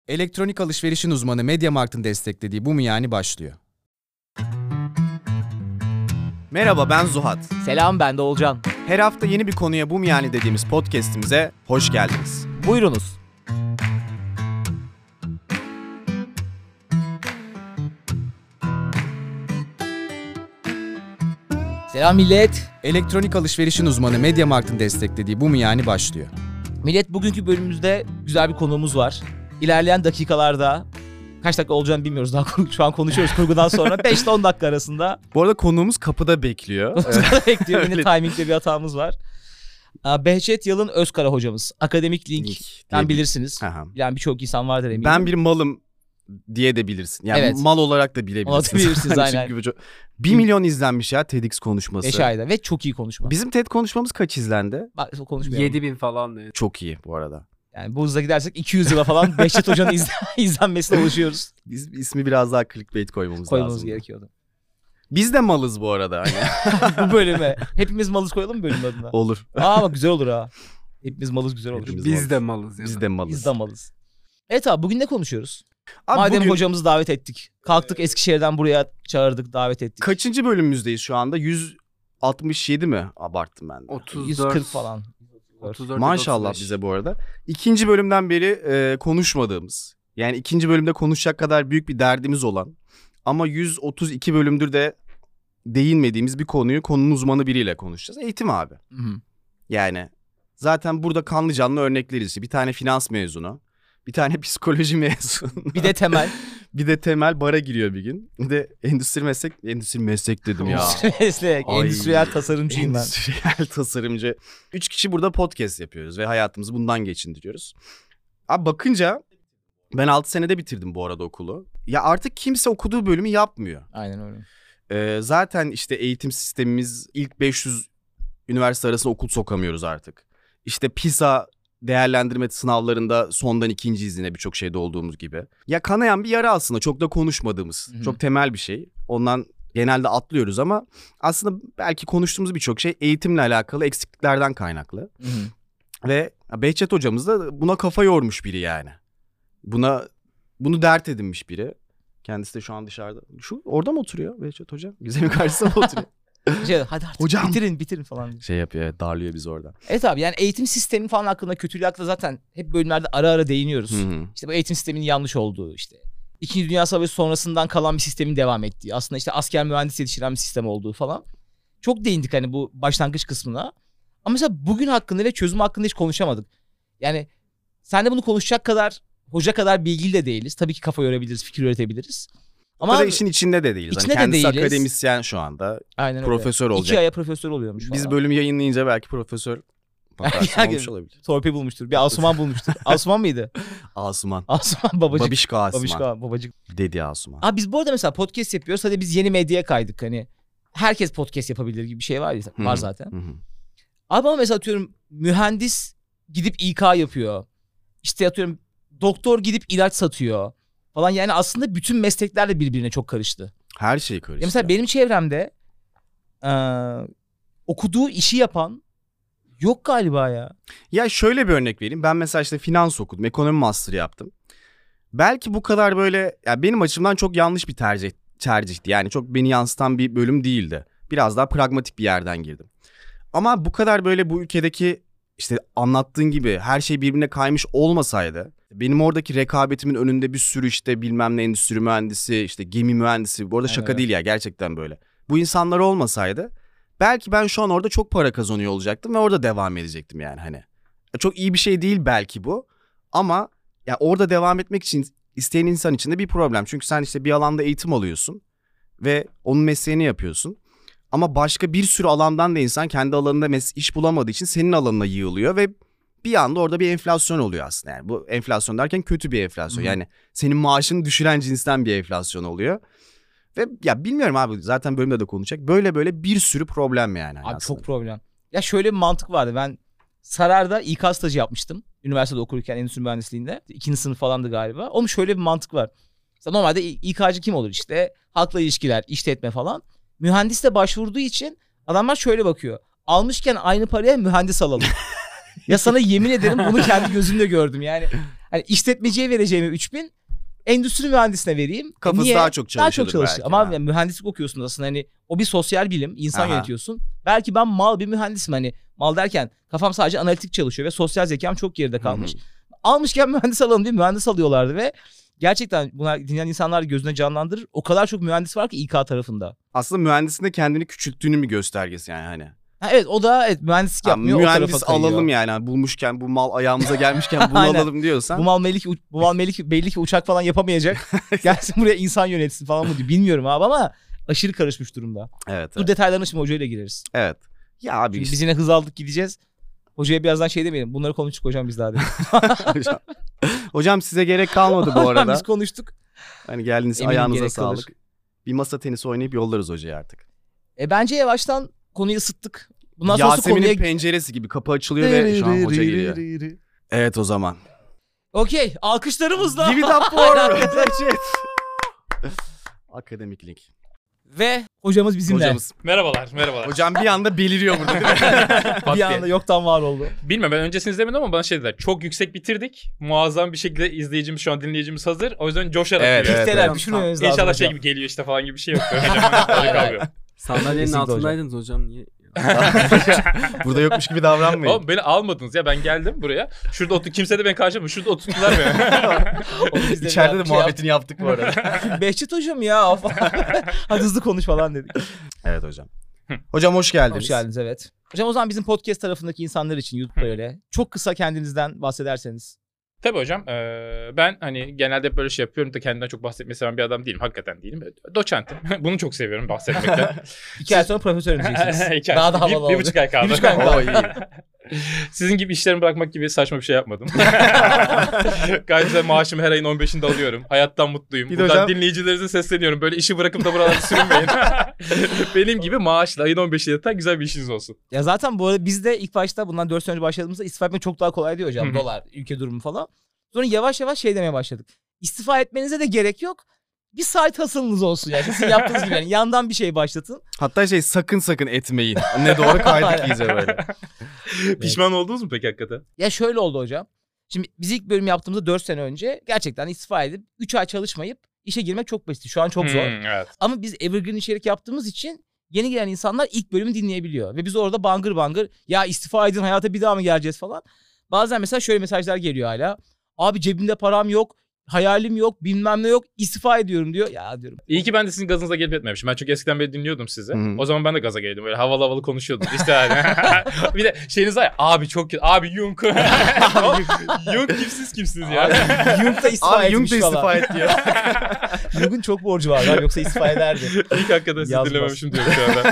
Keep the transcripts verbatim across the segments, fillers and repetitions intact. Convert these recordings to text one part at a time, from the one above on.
Elektronik alışverişin uzmanı MediaMarkt'ın desteklediği Bu Mu Yani başlıyor. Merhaba, ben Zuhat. Selam, ben de Olcan. Her hafta yeni bir konuya Bu Mu Yani dediğimiz podcast'imize hoş geldiniz. Buyurunuz. Selam millet. Elektronik alışverişin uzmanı MediaMarkt'ın desteklediği Bu Mu Yani başlıyor. Millet, bugünkü bölümümüzde güzel bir konuğumuz var. İlerleyen dakikalarda, kaç dakika olacağını bilmiyoruz daha, şu an konuşuyoruz kurgudan sonra, beş ile on dakika arasında. Bu arada konuğumuz kapıda bekliyor. Kapıda bekliyor, yine timing'de bir hatamız var. Behçet Yalın Özkara hocamız, Akademik Link'ten Link bilirsiniz. Aha. Yani birçok insan vardır eminim. Ben bir malım diye de bilirsin. Yani evet. Mal olarak da bilebilirsiniz. Bilirsiniz aynen. bir milyon izlenmiş ya TEDx konuşması. beş ayda ve çok iyi konuşma. Bizim TED konuşmamız kaç izlendi? Bak, yedi bin falan. Evet. Çok iyi bu arada. Yani bu hızla gidersek iki yüz yıla falan Behçet Hoca'nın izlen izlenmesine ulaşıyoruz. Biz ismi biraz daha clickbait koymamız, koymamız lazım. gerekiyordu. Biz de malız bu arada. Bu bölüme. Hepimiz malız koyalım mı bölüm adına? Olur. Aa bak, güzel olur ha. Hepimiz malız güzel olur. Hepimiz Biz malız. de malız. Biz de malız. Biz de malız. Evet abi, bugün ne konuşuyoruz? Abi Madem bugün... hocamızı davet ettik. Kalktık Eskişehir'den buraya çağırdık, davet ettik. Kaçıncı bölümümüzdeyiz şu anda? yüz altmış yedi mi? Abarttım ben de. otuz dört. yüz kırk falan. otuz dört, Maşallah otuz beş. bize bu arada. İkinci bölümden beri e, konuşmadığımız, yani ikinci bölümde konuşacak kadar büyük bir derdimiz olan ama yüz otuz iki bölümdür de değinmediğimiz bir konuyu konunun uzmanı biriyle konuşacağız. Eğitim abi. Hı hı. Yani zaten burada kanlı canlı örnekleriz. Bir tane finans mezunu, bir tane psikoloji mezunu. Bir de temel. Bir de temel bara giriyor bir gün. Bir de endüstri meslek, endüstri meslek dedim ya. Endüstri meslek, endüstriyel tasarımcıyım ben. Endüstriyel tasarımcı. Üç kişi burada podcast yapıyoruz ve hayatımızı bundan geçindiriyoruz. Abi bakınca ben altı senede bitirdim bu arada okulu. Ya artık kimse okuduğu bölümü yapmıyor. Aynen öyle. Ee, zaten işte eğitim sistemimiz ilk beş yüz üniversite arasında okul sokamıyoruz artık. İşte PISA değerlendirme sınavlarında sondan ikinciyiz yine birçok şeyde olduğumuz gibi. Ya kanayan bir yara aslında, çok da konuşmadığımız, Hı-hı. çok temel bir şey. Ondan genelde atlıyoruz ama aslında belki konuştuğumuz birçok şey eğitimle alakalı eksikliklerden kaynaklı. Hı-hı. Ve Behçet hocamız da buna kafa yormuş biri yani. Buna bunu dert edinmiş biri. Kendisi de şu an dışarıda. Şu orada mı oturuyor Behçet hocam? Güzel'in karşısında mı oturuyor? Şey, hadi artık hocam, bitirin bitirin falan. Şey yapıyor, evet, darlıyor bizi orada. Evet abi, yani eğitim sistemi falan hakkında, kötülüğü hakkında zaten hep bölümlerde ara ara değiniyoruz. Hı hı. İşte bu eğitim sisteminin yanlış olduğu, işte İkinci Dünya Savaşı sonrasından kalan bir sistemin devam ettiği, aslında işte asker mühendis yetiştiren bir sistem olduğu falan. Çok değindik hani bu başlangıç kısmına. Ama mesela bugün hakkında ve çözüm hakkında hiç konuşamadık. Yani sen de bunu konuşacak kadar, hoca kadar bilgili de değiliz. Tabii ki kafa yorabiliriz, fikir üretebiliriz. Ama o da işin içinde de değiliz. İçinde hani de kendisi değiliz. akademisyen şu anda. Aynen profesör öyle. olacak. İki aya profesör oluyormuş falan. Biz bölüm yayınlayınca belki profesör olmuş olabilir. Torpil bulmuştur. Bir Asuman bulmuştur. Asuman mıydı? Asuman. Asuman babacık. Babişko Asuman. Babişko babacık. Dedi Asuman. Abi biz bu arada mesela podcast yapıyoruz. Hadi biz yeni medyaya kaydık. Hani herkes podcast yapabilir gibi bir şey var ya, hmm. var zaten. Hmm. Abi ama mesela atıyorum mühendis gidip İK yapıyor. İşte atıyorum doktor gidip ilaç satıyor falan. Yani aslında bütün meslekler de birbirine çok karıştı. Her şey karıştı. Ya mesela benim çevremde e, okuduğu işi yapan yok galiba ya. Ya şöyle bir örnek vereyim. Ben mesela işte finans okudum. Ekonomi master yaptım. Belki bu kadar böyle, ya benim açımdan çok yanlış bir tercih tercihti. Yani çok beni yansıtan bir bölüm değildi. Biraz daha pragmatik bir yerden girdim. Ama bu kadar böyle bu ülkedeki işte anlattığın gibi her şey birbirine kaymış olmasaydı, benim oradaki rekabetimin önünde bir sürü işte bilmem ne endüstri mühendisi, işte gemi mühendisi, bu arada şaka evet. değil ya, gerçekten böyle. Bu insanlar olmasaydı belki ben şu an orada çok para kazanıyor olacaktım ve orada devam edecektim yani hani. Çok iyi bir şey değil belki bu ama ya orada devam etmek için isteyen insan için de bir problem. Çünkü sen işte bir alanda eğitim alıyorsun ve onun mesleğini yapıyorsun. Ama başka bir sürü alandan da insan kendi alanında mes- iş bulamadığı için senin alanına yığılıyor ve bir anda orada bir enflasyon oluyor aslında. Yani bu enflasyon derken kötü bir enflasyon. Hı. Yani senin maaşını düşüren cinsten bir enflasyon oluyor. Ve ya bilmiyorum abi, zaten bölümde de konuşacak. Böyle böyle bir sürü problem yani. Abi aslında. Çok problem. Ya şöyle bir mantık vardı. Ben Sarar'da İK stajı yapmıştım. Üniversitede okurken endüstri mühendisliğinde. İkinci sınıf falandı galiba. Ama şöyle bir mantık var. Mesela normalde İK'cı kim olur işte? Halkla ilişkiler, işletme falan. Mühendis de başvurduğu için adamlar şöyle bakıyor. Almışken aynı paraya mühendis alalım. Ya sana yemin ederim bunu kendi gözümle gördüm yani. Hani işletmeciye vereceğimi üç bin endüstri mühendisine vereyim. Kafası Niye? daha çok çalışır. Daha çok çalışır. Ama ha. yani mühendislik okuyorsun aslında, hani o bir sosyal bilim, insan Aha. yönetiyorsun. Belki ben mal bir mühendisim, hani mal derken kafam sadece analitik çalışıyor ve sosyal zekam çok geride kalmış. Hı-hı. Almışken mühendis alalım diye mühendis alıyorlardı ve gerçekten bunlar dinleyen insanlar gözüne canlandırır. O kadar çok mühendis var ki İK tarafında. Aslında mühendisin de kendini küçülttüğünün bir göstergesi yani hani. Ha, evet o da evet, mühendislik Ha, yapmıyor, o mühendis tarafa kayıyor. alalım yani. Hani bulmuşken bu mal ayağımıza gelmişken bunu Aynen. alalım diyorsan. Bu mal belli ki, bu mal belli ki, belli ki uçak falan yapamayacak. Gelsin buraya insan yönetsin falan mı diyor. Bilmiyorum abi ama aşırı karışmış durumda. Evet. Bu Evet. detaylarına şimdi hocayla gireriz. evet. Ya abi Çünkü işte. biz yine hız aldık gideceğiz. Hocaya birazdan şey demeyelim. Bunları konuştuk hocam biz daha dedim. hocam, hocam size gerek kalmadı bu arada. Biz konuştuk. Hani geldiniz, Eminim ayağınıza gerek kalır. sağlık. Bir masa tenisi oynayıp yollarız hocayı artık. E bence yavaştan konuyu ısıttık. Bundan sonra Yasemin'in konuya... penceresi gibi kapı açılıyor ve şu an hoca geliyor. Evet o zaman. Okey, alkışlarımızla. Give it up for Reçet. Akademiklik. Ve hocamız bizimle. Hocamız. Merhabalar, merhabalar. Hocam bir anda beliriyor burada değil mi? Pat Bir diye. anda yoktan var oldu. Bilmiyorum, ben öncesini izlemedim ama bana şey dediler. Çok yüksek bitirdik. Muazzam bir şekilde izleyicimiz, şu an dinleyicimiz hazır. O yüzden coşarak Evet, geliyor. evet, İlkteler evet. düşünmememiz lazım İnşallah şey hocam. gibi geliyor işte falan gibi bir şey yok. Öyle kalmıyor. Sandalyenin Kesinlikle altındaydınız hocam. Niye? Burada yokmuş gibi davranmayın. Oğlum beni almadınız ya, ben geldim buraya. Şurada otur, kimse de beni karşılamıyor. Şurada oturttular beni. Onu biz de İçeride de bir şey muhabbetini yaptık bu arada. yaptık. Behçet hocam ya. Hadi hızlı konuş falan dedik. Evet hocam. Hocam hoş geldiniz. Hoş geldiniz, evet. Hocam o zaman bizim podcast tarafındaki insanlar için YouTube'da öyle. Çok kısa kendinizden bahsederseniz. Tabii hocam. eee, ben hani genelde hep böyle şey yapıyorum da kendimden çok bahsetmeyi seven bir adam değilim. Hakikaten değilim. Doçentim. Bunu çok seviyorum bahsetmekten. İki ay sonra profesör edeceksiniz. İki ay- Daha da bir- havalı bir, oldu. buçuk ay kaldı. Bir buçuk ay kaldı. Oo, iyi. Sizin gibi işlerimi bırakmak gibi saçma bir şey yapmadım. Gayet güzel, maaşımı her ayın on beşinde alıyorum. Hayattan mutluyum. Bir de Buradan hocam- dinleyicilerinize sesleniyorum. Böyle işi bırakıp da buralarda sürünmeyin. Benim gibi maaşla ayın on beşinde yatan güzel bir işiniz olsun. Ya zaten bu arada biz de ilk başta bundan dört sene önce başladığımızda istifa etmek çok daha kolay diyor hocam. Hı hı. Dolar, ülke durumu falan. Sonra yavaş yavaş şey demeye başladık. İstifa etmenize de gerek yok. Bir site hustle'ınız olsun yani. Sizin yaptığınız gibi yani yandan bir şey başlatın. Hatta şey sakın sakın etmeyin. Ne doğru kaydık iyice böyle. Pişman oldunuz mu peki hakikaten? Ya şöyle oldu hocam. Şimdi biz ilk bölüm yaptığımızda dört sene önce gerçekten istifa edip üç ay çalışmayıp işe girmek çok basit. Şu an çok zor. Hmm, evet. Ama biz evergreen içerik yaptığımız için yeni gelen insanlar ilk bölümü dinleyebiliyor. Ve biz orada bangır bangır ya istifa edin hayata bir daha mı geleceğiz falan. Bazen mesela şöyle mesajlar geliyor hala. Abi cebimde param yok, hayalim yok, bilmem ne yok, istifa ediyorum diyor. Ya diyorum. İyi ki ben de sizin gazınıza gelip etmemişim. Ben çok eskiden beri dinliyordum sizi. Hı hı. O zaman ben de gaza geldim. Böyle havalı havalı konuşuyordum. İşte yani. Bir de şeyiniz var ya. Abi çok kötü. Abi Jung. Jung kimsiz kimsiz ya. Jung da istifa Abi etmiş Jung da istifa falan. et diyor. Jung'un çok borcu var abi, yoksa istifa ederdi. İyi ki hakikaten sizi Yazmaz. dinlememişim diyorum şu anda.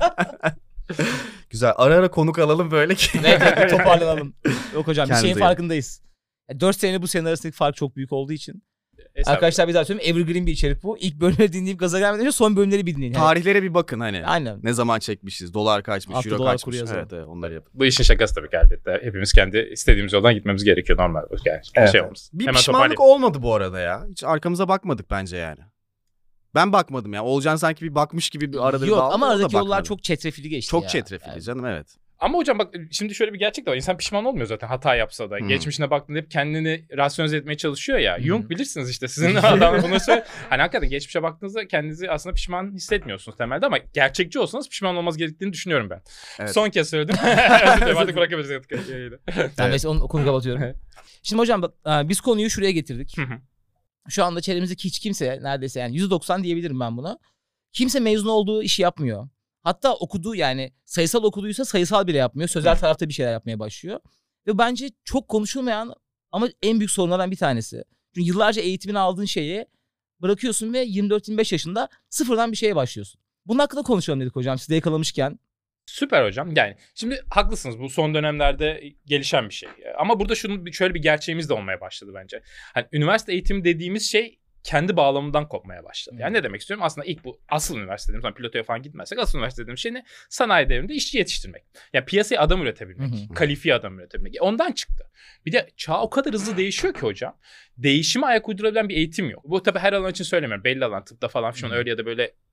Güzel. Ara ara konuk alalım böyle ki. Evet, evet, toparlanalım. Yok hocam bir Kendinize şeyin iyi. farkındayız. dört sene bu sene arasındaki fark çok büyük olduğu için. Estağfurullah. Arkadaşlar bir daha söyleyeyim, evergreen bir içerik bu. İlk bölümleri dinleyip gaza gelmeden önce son bölümleri bir dinleyin. Yani. Tarihlere bir bakın hani. Aynen. Ne zaman çekmişiz? Dolar kaçmış? Altta Euro dolar kaçmış? kuru yazalım. Evet, evet onları yapın. Bu işin şakası tabii ki elbette. Hepimiz kendi istediğimiz yoldan gitmemiz gerekiyor normal. Yani Evet. şey olmaz. Bir Hemen pişmanlık toparlayayım. olmadı bu arada ya. Hiç arkamıza bakmadık bence yani. Ben bakmadım ya. Olcan sanki bir bakmış gibi bir arada bir Yok dağıldı, ama o da aradaki yollar bakmadı. çok çetrefilli geçti çok ya. çetrefilli Yani. canım evet. Ama hocam bak şimdi şöyle bir gerçek de var. İnsan pişman olmuyor zaten hata yapsa da. Hmm. Geçmişine baktığında hep kendini rasyonize etmeye çalışıyor ya. Hmm. Jung bilirsiniz işte sizin adam bunu söyle. Hani hakikaten geçmişe baktığınızda kendinizi aslında pişman hissetmiyorsunuz temelde ama gerçekçi olsanız pişman olmaz gerektiğini düşünüyorum ben. Evet. Son kez söyledim. Özür dilerim artık bırakabiliriz artık yayını. Ben mesela onu, konuyu kapatıyorum. Evet. Şimdi hocam bak, e, biz konuyu şuraya getirdik. Hı hı. Şu anda çevremizdeki hiç kimse neredeyse yani yüzde doksan diyebilirim ben buna. Kimse mezun olduğu işi yapmıyor. Hatta okuduğu yani sayısal okuduysa sayısal bile yapmıyor. Sözel tarafta bir şeyler yapmaya başlıyor. Ve bence çok konuşulmayan ama en büyük sorunlardan bir tanesi. Çünkü yıllarca eğitimini aldığın şeyi bırakıyorsun ve yirmi dört yirmi beş yaşında sıfırdan bir şeye başlıyorsun. Bunun hakkında konuşalım dedik hocam, siz de yakalamışken. Süper hocam. Yani şimdi haklısınız, bu son dönemlerde gelişen bir şey. Ama burada şunun şöyle bir gerçeğimiz de olmaya başladı bence. Hani üniversite eğitimi dediğimiz şey kendi bağlamından kopmaya başladı. Yani ne demek istiyorum? Aslında ilk bu asıl üniversite dediğimiz, hani pilotoya falan gitmezsek asıl üniversite dediğimiz şey ne? Sanayi devrinde işçi yetiştirmek. Yani piyasaya adam üretebilmek, Hı hı. kalifiye adam üretebilmek. Ondan çıktı. Bir de çağ o kadar hızlı değişiyor ki hocam. Değişime ayak uydurabilen bir eğitim yok. Bu tabii her alan için söylemiyorum. Belli alan tıpta falan şu an Hı. öyle ya da böyle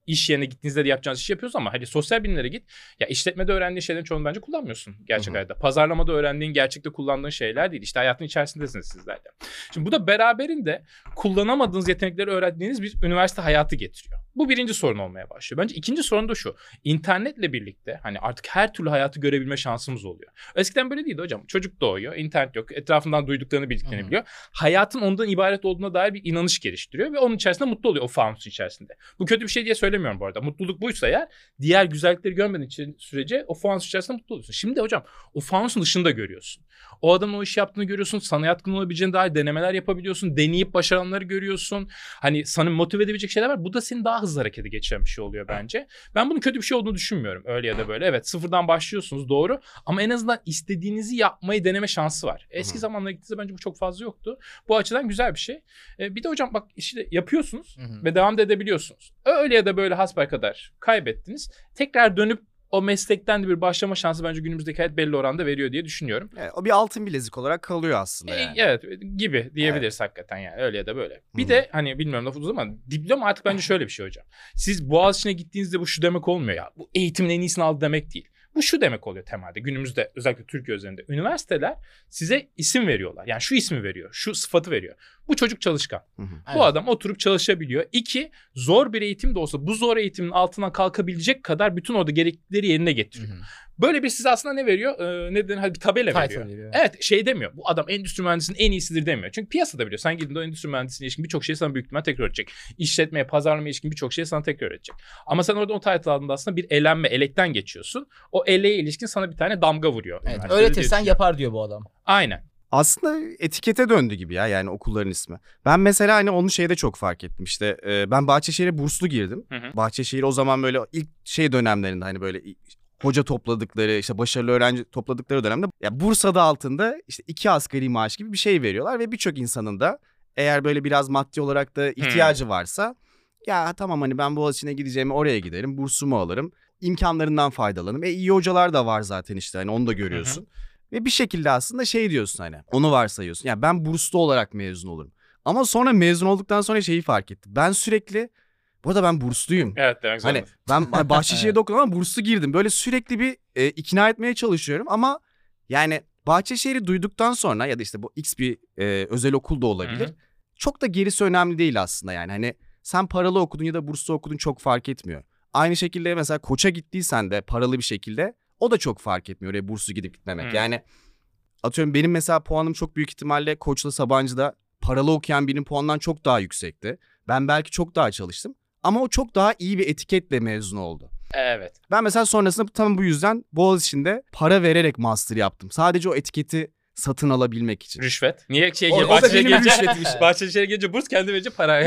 iş yerine gittiğinizde de yapacağınız işi yapıyorsunuz ama hadi sosyal bilimlere git. Ya işletmede öğrendiğin şeylerin çoğunu bence kullanmıyorsun gerçek hayatta. Pazarlamada öğrendiğin, gerçekte kullandığın şeyler değil. İşte hayatın içerisindesiniz sizler de. Şimdi bu da beraberinde kullanamadığınız yetenekleri öğrendiğiniz bir üniversite hayatı getiriyor. Bu birinci sorun olmaya başlıyor. Bence ikinci sorun da şu. İnternetle birlikte hani artık her türlü hayatı görebilme şansımız oluyor. Eskiden böyle değildi hocam. Çocuk doğuyor, internet yok, etrafından duyduklarını bildiklerini Hı-hı. biliyor. Hayatın ondan ibaret olduğuna dair bir inanış geliştiriyor ve onun içerisinde mutlu oluyor o fanusun içerisinde. Bu kötü bir şey diye söylemiyorum bu arada. Mutluluk buysa eğer diğer güzellikleri görmediğin sürece o fanusun içerisinde mutlu oluyorsun. Şimdi de hocam o fanusun dışında görüyorsun. O adamın o işi yaptığını görüyorsun. Sana yatkın olabileceğine dair denemeler yapabiliyorsun. Deneyip başaranları görüyorsun. Hani sana motive edebilecek şeyler var. Bu da seni daha hızlı harekete geçiren bir şey oluyor bence. Ben bunun kötü bir şey olduğunu düşünmüyorum. Öyle ya da böyle. Evet sıfırdan başlıyorsunuz doğru. Ama en azından istediğinizi yapmayı deneme şansı var. Eski Hı-hı. zamanlara gittiğinizde bence bu çok fazla yoktu. Bu açıdan güzel bir şey. Ee, bir de hocam bak işte yapıyorsunuz Hı-hı. ve devam da edebiliyorsunuz. Öyle ya da böyle hasbelkader kaybettiniz. Tekrar dönüp o meslekten de bir başlama şansı bence günümüzdeki hayat belli oranda veriyor diye düşünüyorum. Evet, o bir altın bilezik olarak kalıyor aslında yani. E, evet gibi diyebiliriz evet. hakikaten yani öyle ya da böyle. Bir Hı-hı. de hani bilmiyorum lafı uzun ama diploma artık bence şöyle bir şey hocam. Siz Boğaziçi'ne gittiğinizde bu şu demek olmuyor ya. Bu eğitimin en iyisini aldı demek değil. Bu şu demek oluyor temelde günümüzde özellikle Türkiye üzerinde. Üniversiteler size isim veriyorlar. Yani şu ismi veriyor, şu sıfatı veriyor. Bu çocuk çalışkan. Hı hı. Bu evet. adam oturup çalışabiliyor. İki, zor bir eğitim de olsa bu zor eğitimin altından kalkabilecek kadar bütün orada gereklilikleri yerine getiriyor. Hı hı. Böyle bir size aslında ne veriyor? Ee, ne denir? Bir tabela Title veriyor. veriyor. Evet şey demiyor. Bu adam endüstri mühendisinin en iyisidir demiyor. Çünkü piyasada biliyor. Sen gidin de o endüstri mühendisliğine ilişkin birçok şeyi sana büyük ihtimal tekrar öğretecek. İşletmeye, pazarlamaya ilişkin birçok şeyi sana tekrar öğretecek. Ama sen orada o title aldığında aslında bir elenme, elekten geçiyorsun. O eleğe ilişkin sana bir tane damga vuruyor. Evet, öğretirsen yapar diyor bu adam. Aynen. Aslında etikete döndü gibi ya yani okulların ismi. Ben mesela hani onu şeyde çok fark ettim işte e, ben Bahçeşehir'e burslu girdim. Hı hı. Bahçeşehir o zaman böyle ilk şey dönemlerinde hani böyle hoca topladıkları işte başarılı öğrenci topladıkları dönemde ya burs adı altında işte iki asgari maaş gibi bir şey veriyorlar ve birçok insanın da eğer böyle biraz maddi olarak da ihtiyacı hmm. varsa ya tamam hani ben Boğaziçi'ne gideceğime oraya giderim bursumu alırım imkanlarından faydalanırım. E iyi hocalar da var zaten işte hani onu da görüyorsun. Hı hı. Ve bir şekilde aslında şey diyorsun hani onu varsayıyorsun. Yani ben burslu olarak mezun olurum. Ama sonra mezun olduktan sonra şeyi fark ettim. Ben sürekli bu arada ben bursluyum. Evet demek Hani ben Bahçeşehir'de okudum ama burslu girdim. Böyle sürekli bir e, ikna etmeye çalışıyorum ama yani Bahçeşehir'i duyduktan sonra ya da işte bu X bir e, özel okul da olabilir. Hı-hı. Çok da gerisi önemli değil aslında yani. Hani sen paralı okudun ya da burslu okudun çok fark etmiyor. Aynı şekilde mesela Koç'a gittiysen de paralı bir şekilde o da çok fark etmiyor oraya burslu gidip gitmemek. Hmm. Yani atıyorum benim mesela puanım çok büyük ihtimalle Koç'la Sabancı'da paralı okuyan birinin puanından çok daha yüksekti. Ben belki çok daha çalıştım ama o çok daha iyi bir etiketle mezun oldu. Evet. Ben mesela sonrasında tam bu yüzden Boğaziçi'nde para vererek master yaptım. Sadece o etiketi satın alabilmek için. Rüşvet. Niye şey gelince Bahçeşehir'e gelince Bahçeşehir'e gelince burs kendi verince para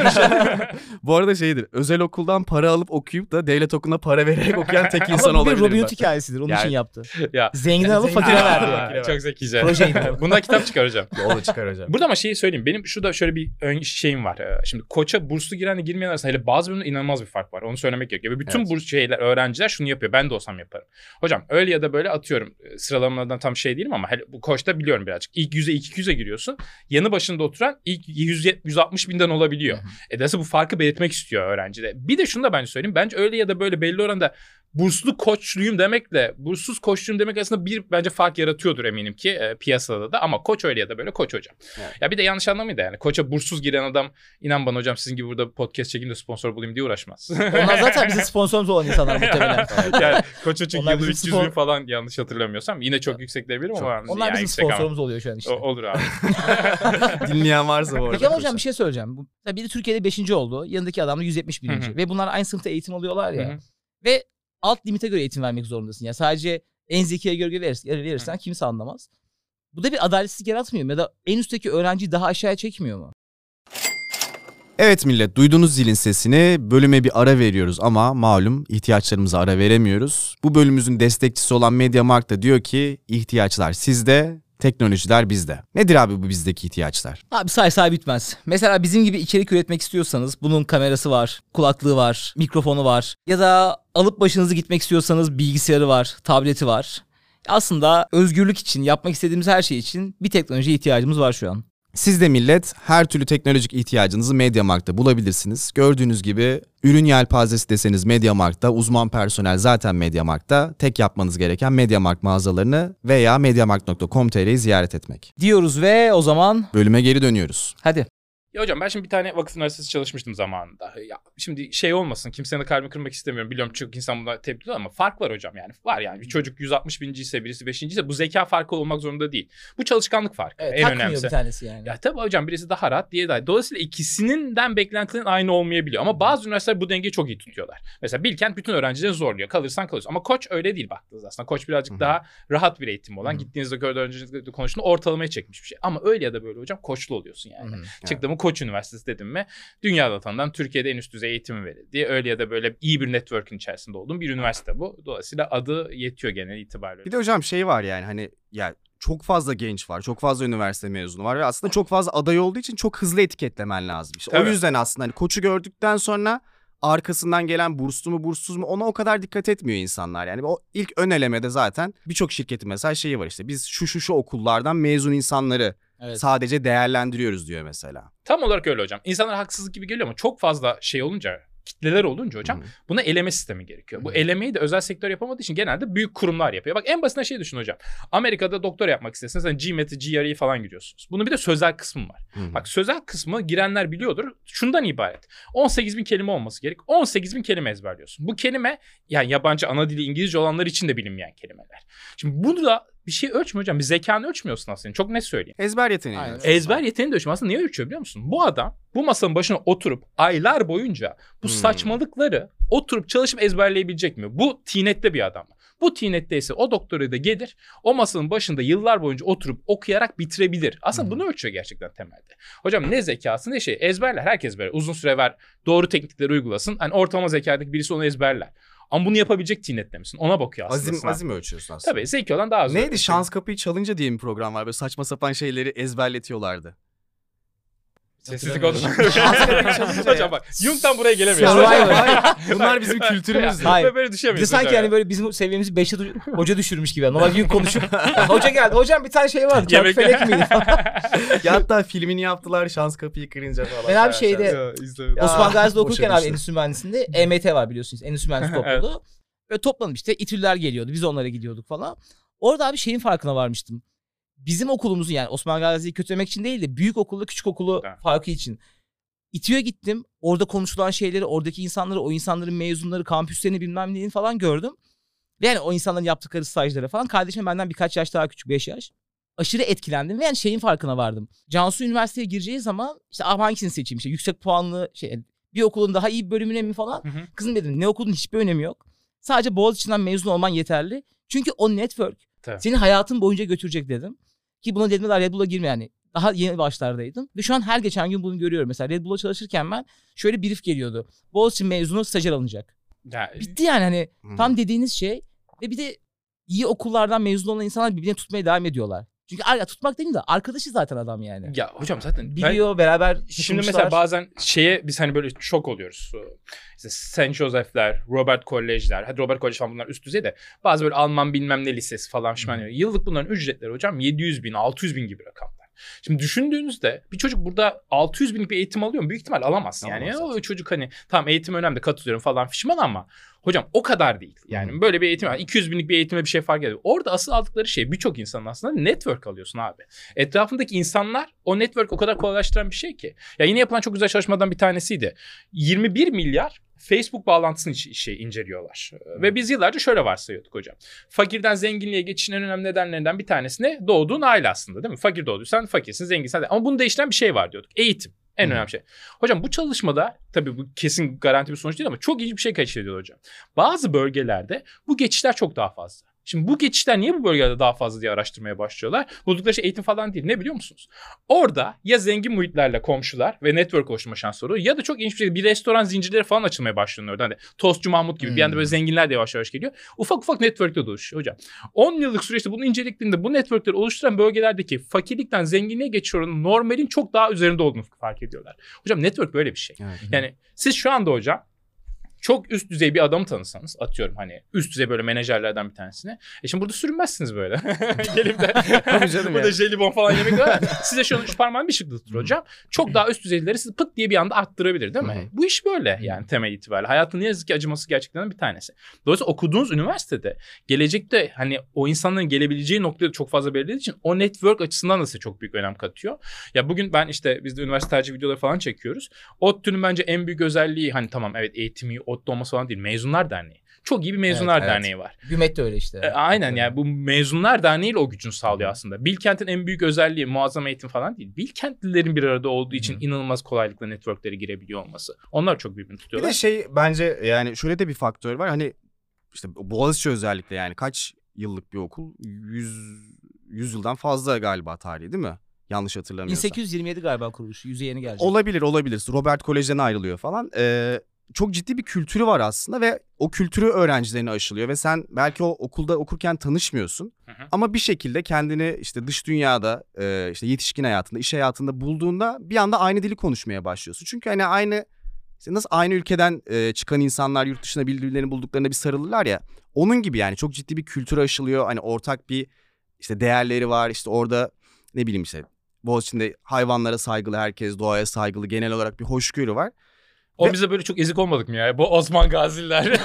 ya. Bu arada şeydir. Özel okuldan para alıp okuyup da devlet okuluna para vererek okuyan tek insan olabilir. Ama bu bir Robin Hood hikayesidir. Onun yani, için yaptı. Ya. Zengin alıp fakire verdi. Çok zekice. Projeydi. Bundan kitap çıkar hocam. O da çıkar hocam. Burada ama şeyi söyleyeyim. Benim şurada şöyle bir ön şeyim var. Şimdi Koç'a burslu girenle girmeyen arasında hele bazı bölümde inanılmaz bir fark var. Onu söylemek gerekiyor. Ve bütün evet. burs şeyler, öğrenciler şunu yapıyor. Ben de olsam yaparım. Hocam öyle ya da böyle atıyorum. Sıralamalardan tam şey değilim ama hele bu Koç'ta biliyorum birazcık. İlk yüze iki yüze giriyorsun. Yanı başında oturan ilk yüz yüz altmış binden olabiliyor. Hı hı. E derse bu farkı belirtmek istiyor öğrencide. Bir de şunu da ben söyleyeyim. Bence öyle ya da böyle belli oranda burslu koçluyum demekle burssuz koçluyum demek arasında bir bence fark yaratıyordur eminim ki e, piyasada da ama koç öyle ya da böyle koç hocam. Evet. Ya bir de yanlış anlamayın da yani koça burssuz giren adam inan bana hocam sizin gibi burada podcast çekeyim de sponsor bulayım diye uğraşmaz. Onlar zaten bizim sponsorumuz olan insanlar muhtemelen. Yani koça çünkü yılı üç yüz bin falan yanlış hatırlamıyorsam yine çok yüksek diyebilirim ama. Onlar yani bizim sponsorumuz ama. Oluyor şu an işte. O, olur abi. Dinleyen varsa bu arada. Peki ama hocam bir şey söyleyeceğim. Bu, biri Türkiye'de beşinci oldu. Yanındaki adam da yüz yetmiş bininci. Ve bunlar aynı sınıfta eğitim alıyorlar ya. Hı-hı. Ve alt limite göre eğitim vermek zorundasın. Yani sadece en zekiye göre verirsen, verirsen kimse anlamaz. Bu da bir adaletsizlik yaratmıyor mu? Ya da en üstteki öğrenciyi daha aşağıya çekmiyor mu? Evet millet, duyduğunuz zilin sesini. Bölüme bir ara veriyoruz ama malum ihtiyaçlarımıza ara veremiyoruz. Bu bölümümüzün destekçisi olan MediaMarkt da diyor ki ihtiyaçlar sizde, teknolojiler bizde. Nedir abi bu bizdeki ihtiyaçlar? Abi say say bitmez. Mesela bizim gibi içerik üretmek istiyorsanız bunun kamerası var, kulaklığı var, mikrofonu var. Ya da alıp başınızı gitmek istiyorsanız bilgisayarı var, tableti var. Aslında özgürlük için, yapmak istediğimiz her şey için bir teknolojiye ihtiyacımız var şu an. Siz de millet her türlü teknolojik ihtiyacınızı MediaMarkt'ta bulabilirsiniz. Gördüğünüz gibi ürün yelpazesi deseniz MediaMarkt'ta, uzman personel zaten MediaMarkt'ta. Tek yapmanız gereken MediaMarkt mağazalarını veya mediamarkt nokta com nokta tr'yi ziyaret etmek. Diyoruz ve o zaman Bölüme geri dönüyoruz. hadi. Ya hocam ben şimdi bir tane vakıf üniversitesi çalışmıştım zamanında. Ya şimdi şey olmasın, kimsenin de kalbini kırmak istemiyorum. Biliyorum çok insan buna tepki ediyor ama fark var hocam yani. Var yani bir çocuk yüz altmış bininci ise birisi beşinci ise bu zeka farkı olmak zorunda değil. Bu çalışkanlık farkı. Evet, en takmıyor önemlisi. bir tanesi yani. Ya tabii hocam birisi daha rahat, diğeri daha. Dolayısıyla ikisinden beklentilerin aynı olmayabiliyor. Ama bazı üniversiteler bu dengeyi çok iyi tutuyorlar. Mesela Bilkent bütün öğrencileri zorluyor. Kalırsan kalıyorsun. Ama Koç öyle değil baktığınızda aslında. Koç birazcık Hı-hı. daha rahat bir eğitim olan. Hı-hı. Gittiğinizde gördüğü öğrencilerle konuştuğunda ortalamaya çekmiş bir şey. Ama öyle ya da böyle hocam Koçlu oluyorsun yani. Hı-hı. Çıktı mı Koç Üniversitesi dedim mi dünyada tanınan Türkiye'de en üst düzey eğitim verildiği öyle ya da böyle iyi bir network'ün içerisinde olduğum bir üniversite bu. Dolayısıyla adı yetiyor genel itibariyle. Bir de hocam şey var yani hani ya çok fazla genç var, çok fazla üniversite mezunu var ve aslında çok fazla aday olduğu için çok hızlı etiketlemen lazım. İşte o Tabii. yüzden aslında hani Koç'u gördükten sonra arkasından gelen burslu mu burssuz mu ona o kadar dikkat etmiyor insanlar. Yani o ilk ön elemede zaten birçok şirketin mesela şeyi var işte biz şu şu şu okullardan mezun insanları Evet. sadece değerlendiriyoruz diyor mesela. Tam olarak öyle hocam. İnsanlara haksızlık gibi geliyor ama çok fazla şey olunca, kitleler olunca hocam Hı-hı. buna eleme sistemi gerekiyor. Bu Hı-hı. elemeyi de özel sektör yapamadığı için genelde büyük kurumlar yapıyor. Bak en basitinden şey düşün hocam. Amerika'da doktor yapmak isteseniz hani GMAT'i, G R E'yi falan giriyorsunuz. Bunun bir de sözel kısmı var. Hı-hı. Bak sözel kısmı girenler biliyordur. Şundan ibaret. on sekiz bin kelime olması gerek. on sekiz bin kelime ezberliyorsun. Bu kelime yani yabancı ana dili İngilizce olanlar için de bilinmeyen kelimeler. Şimdi burada bir şey ölçmüyor hocam. Bir zekanı ölçmüyorsun aslında. Çok net söyleyeyim. Ezber yeteneği. Aynen. ölçüyorsun. Ezber yeteneğini de ölçüyor. Aslında niye ölçüyor biliyor musun? Bu adam bu masanın başına oturup aylar boyunca bu Hmm. saçmalıkları oturup çalışıp ezberleyebilecek mi? Bu tinette bir adam. Bu tinette ise o doktora da gelir o masanın başında yıllar boyunca oturup okuyarak bitirebilir. Aslında Hmm. bunu ölçüyor gerçekten temelde. Hocam ne zekası ne şey ezberler. Herkes ezberler. Uzun süre ver. Doğru teknikleri uygulasın. Hani ortalama zekadaki birisi onu ezberler. Ama bunu yapabilecek tinette misin? Ona bakıyor aslında. Azim, sınav. azim ölçüyorsun aslında. Tabii zeki olan daha az. Neydi şans kapıyı çalınca diye bir program var. Böyle saçma sapan şeyleri ezberletiyorlardı. Sessizlik oldu. Şans kapıyı çalınca ya. Hocam bak Jung'dan buraya gelemiyorsun. Survivor. Bunlar bizim kültürümüz. Hayır. Böyle Bir de düşemiyorsun. sanki hocam yani böyle bizim seviyemizi beşe du- hoca düşürmüş gibi. Normal gün konuşup ya hoca geldi. Hocam bir tane şey var. Çarpı Yemek- felek miydi falan. Ya hatta filmini yaptılar şans kapıyı kırınca falan. Ben abi şeyde- Ya, izlemedim. Osman Gazi'de boşa okurken abi düştü. endüstri mühendisliğinde E M T var biliyorsunuz. Endüstri mühendisliği Evet. topluluğu. Böyle toplanıp işte İTÜ'lüler geliyordu. Biz onlara gidiyorduk falan. Orada abi şeyin farkına varmıştım. Bizim okulumuzu yani Osman Gazi'yi kötülemek için değil de büyük okulla küçük okulu Evet. farkı için. İTÜ'ye gittim. Orada konuşulan şeyleri, oradaki insanları, o insanların mezunları, kampüslerini bilmem neyini falan gördüm. Ve yani o insanların yaptıkları stajlara falan. Kardeşim benden birkaç yaş daha küçük, beş yaş. Aşırı etkilendim ve yani şeyin farkına vardım. Cansu üniversiteye gireceği zaman işte ah, hangisini seçeyim işte yüksek puanlı şey bir okulun daha iyi bir bölümüne mi falan. Hı hı. Kızım dedim ne okulun hiçbir önemi yok. Sadece Boğaziçi'nden mezun olman yeterli. Çünkü o network Tabii. seni hayatın boyunca götürecek dedim. Ki buna dediler Red Bull'a girme yani. Daha yeni başlardaydım. Ve şu an her geçen gün bunu görüyorum. Mesela Red Bull'a çalışırken ben şöyle bir brief geliyordu. Boğaziçi mezunu stajyer alınacak. Ya, Bitti yani hani Hı. tam dediğiniz şey. Ve bir de iyi okullardan mezun olan insanlar birbirini tutmaya devam ediyorlar. Çünkü ar- tutmak değil de arkadaşı zaten adam yani. ya hocam zaten ben- Biliyor beraber Şimdi tutmuşlar. mesela bazen şeye biz hani böyle şok oluyoruz. İşte Saint Joseph'ler, Robert College'ler. Hadi Robert College falan bunlar üst düzey de. Bazı böyle Alman bilmem ne lisesi falan şişman. Hmm. Yıllık bunların ücretleri hocam yedi yüz bin, altı yüz bin gibi rakamlar. Şimdi düşündüğünüzde bir çocuk burada altı yüz binlik bir eğitim alıyor mu? Büyük ihtimal alamaz. Yani Alamaz o çocuk hani tamam eğitim önemli katılıyorum falan fişman ama hocam o kadar değil. Yani Hı. böyle bir eğitim var. iki yüz binlik bir eğitime bir şey fark ediyor. Orada asıl aldıkları şey birçok insanın aslında network alıyorsun abi. Etrafındaki insanlar o network o kadar kolaylaştıran bir şey ki. Ya yine yapılan çok güzel çalışmadan bir tanesiydi. yirmi bir milyar Facebook bağlantısını şey inceliyorlar. Ve biz yıllarca şöyle varsayıyorduk hocam. Fakirden zenginliğe geçişin en önemli nedenlerinden bir tanesi ne? Doğduğun aile aslında değil mi? Fakir doğduysan fakirsin, zenginsen de. Ama bunu değiştiren bir şey var diyorduk. Eğitim. En Hı. önemli şey. Hocam bu çalışmada tabii bu kesin garanti bir sonuç değil ama çok ilginç bir şey keşfediyor hocam. Bazı bölgelerde bu geçişler çok daha fazla. Şimdi bu geçişler niye bu bölgelerde daha fazla diye araştırmaya başlıyorlar. Buldukları şey eğitim falan değil. Ne biliyor musunuz? Orada ya zengin muhitlerle komşular ve network oluşturma şansı oluyor ya da çok ilginç bir şekilde bir restoran zincirleri falan açılmaya başlıyor orada. Hani Tostçu Mahmut gibi hmm. bir anda böyle zenginler de yavaş yavaş geliyor. Ufak ufak network'te oluşuyor hocam. on yıllık süreçte bunu incelediklerinde bu network'leri oluşturan bölgelerdeki fakirlikten zenginliğe geçiş oranının normalin çok daha üzerinde olduğunu fark ediyorlar. Hocam network böyle bir şey. Evet. Yani siz şu anda hocam çok üst düzey bir adamı tanısanız, atıyorum hani üst düzey böyle menajerlerden bir tanesine. E şimdi burada sürünmezsiniz böyle. Gelip de burada jelibon falan yemek var. Size şu, şu parmağını bir şıklatır hocam. Çok daha üst düzeyleri sizi pıt diye bir anda arttırabilir değil mi? Bu iş böyle yani temel itibariyle. Hayatın ne yazık ki acıması gerçekten bir tanesi. Dolayısıyla okuduğunuz üniversitede gelecekte hani o insanların gelebileceği noktayı çok fazla belirlediği için o network açısından da size çok büyük önem katıyor. Ya bugün ben işte biz de üniversite tercih videoları falan çekiyoruz. ODTÜ'nün bence en büyük özelliği hani tamam evet eğitimi ODTÜ olması falan değil. Mezunlar Derneği. Çok iyi bir Mezunlar evet, Derneği evet. var. Gümet de öyle işte. E, aynen yani bu Mezunlar Derneği ile o gücünü sağlıyor aslında. Bilkent'in en büyük özelliği muazzam eğitim falan değil. Bilkentlilerin bir arada olduğu için Hı-hı. inanılmaz kolaylıkla networklere girebiliyor olması. Onlar çok birbirini tutuyorlar. Bir de şey bence yani şöyle de bir faktör var. Hani işte Boğaziçi özellikle yani kaç yıllık bir okul? yüz yıldan fazla galiba tarihi değil mi? Yanlış hatırlamıyorsam. bin sekiz yüz yirmi yedi galiba kuruluşu. yüze yeni gelecek. Olabilir olabilir. Robert Kolej'den ayrılıyor falan. Ee, çok ciddi bir kültürü var aslında ve o kültürü öğrencilerine aşılıyor ve sen belki o okulda okurken tanışmıyorsun. Hı hı. Ama bir şekilde kendini işte dış dünyada, e, işte yetişkin hayatında, iş hayatında bulduğunda bir anda aynı dili konuşmaya başlıyorsun. Çünkü hani aynı işte nasıl aynı ülkeden e, çıkan insanlar yurt dışında birbirlerini bulduklarında bir sarılırlar ya. Onun gibi yani çok ciddi bir kültür aşılıyor. Hani ortak bir işte değerleri var. İşte orada ne bileyim işte Boğaziçi'nde hayvanlara saygılı, herkes doğaya saygılı, genel olarak bir hoşgörü var. O Ve... bize böyle çok ezik olmadık mı ya? Bu Osman Gaziler.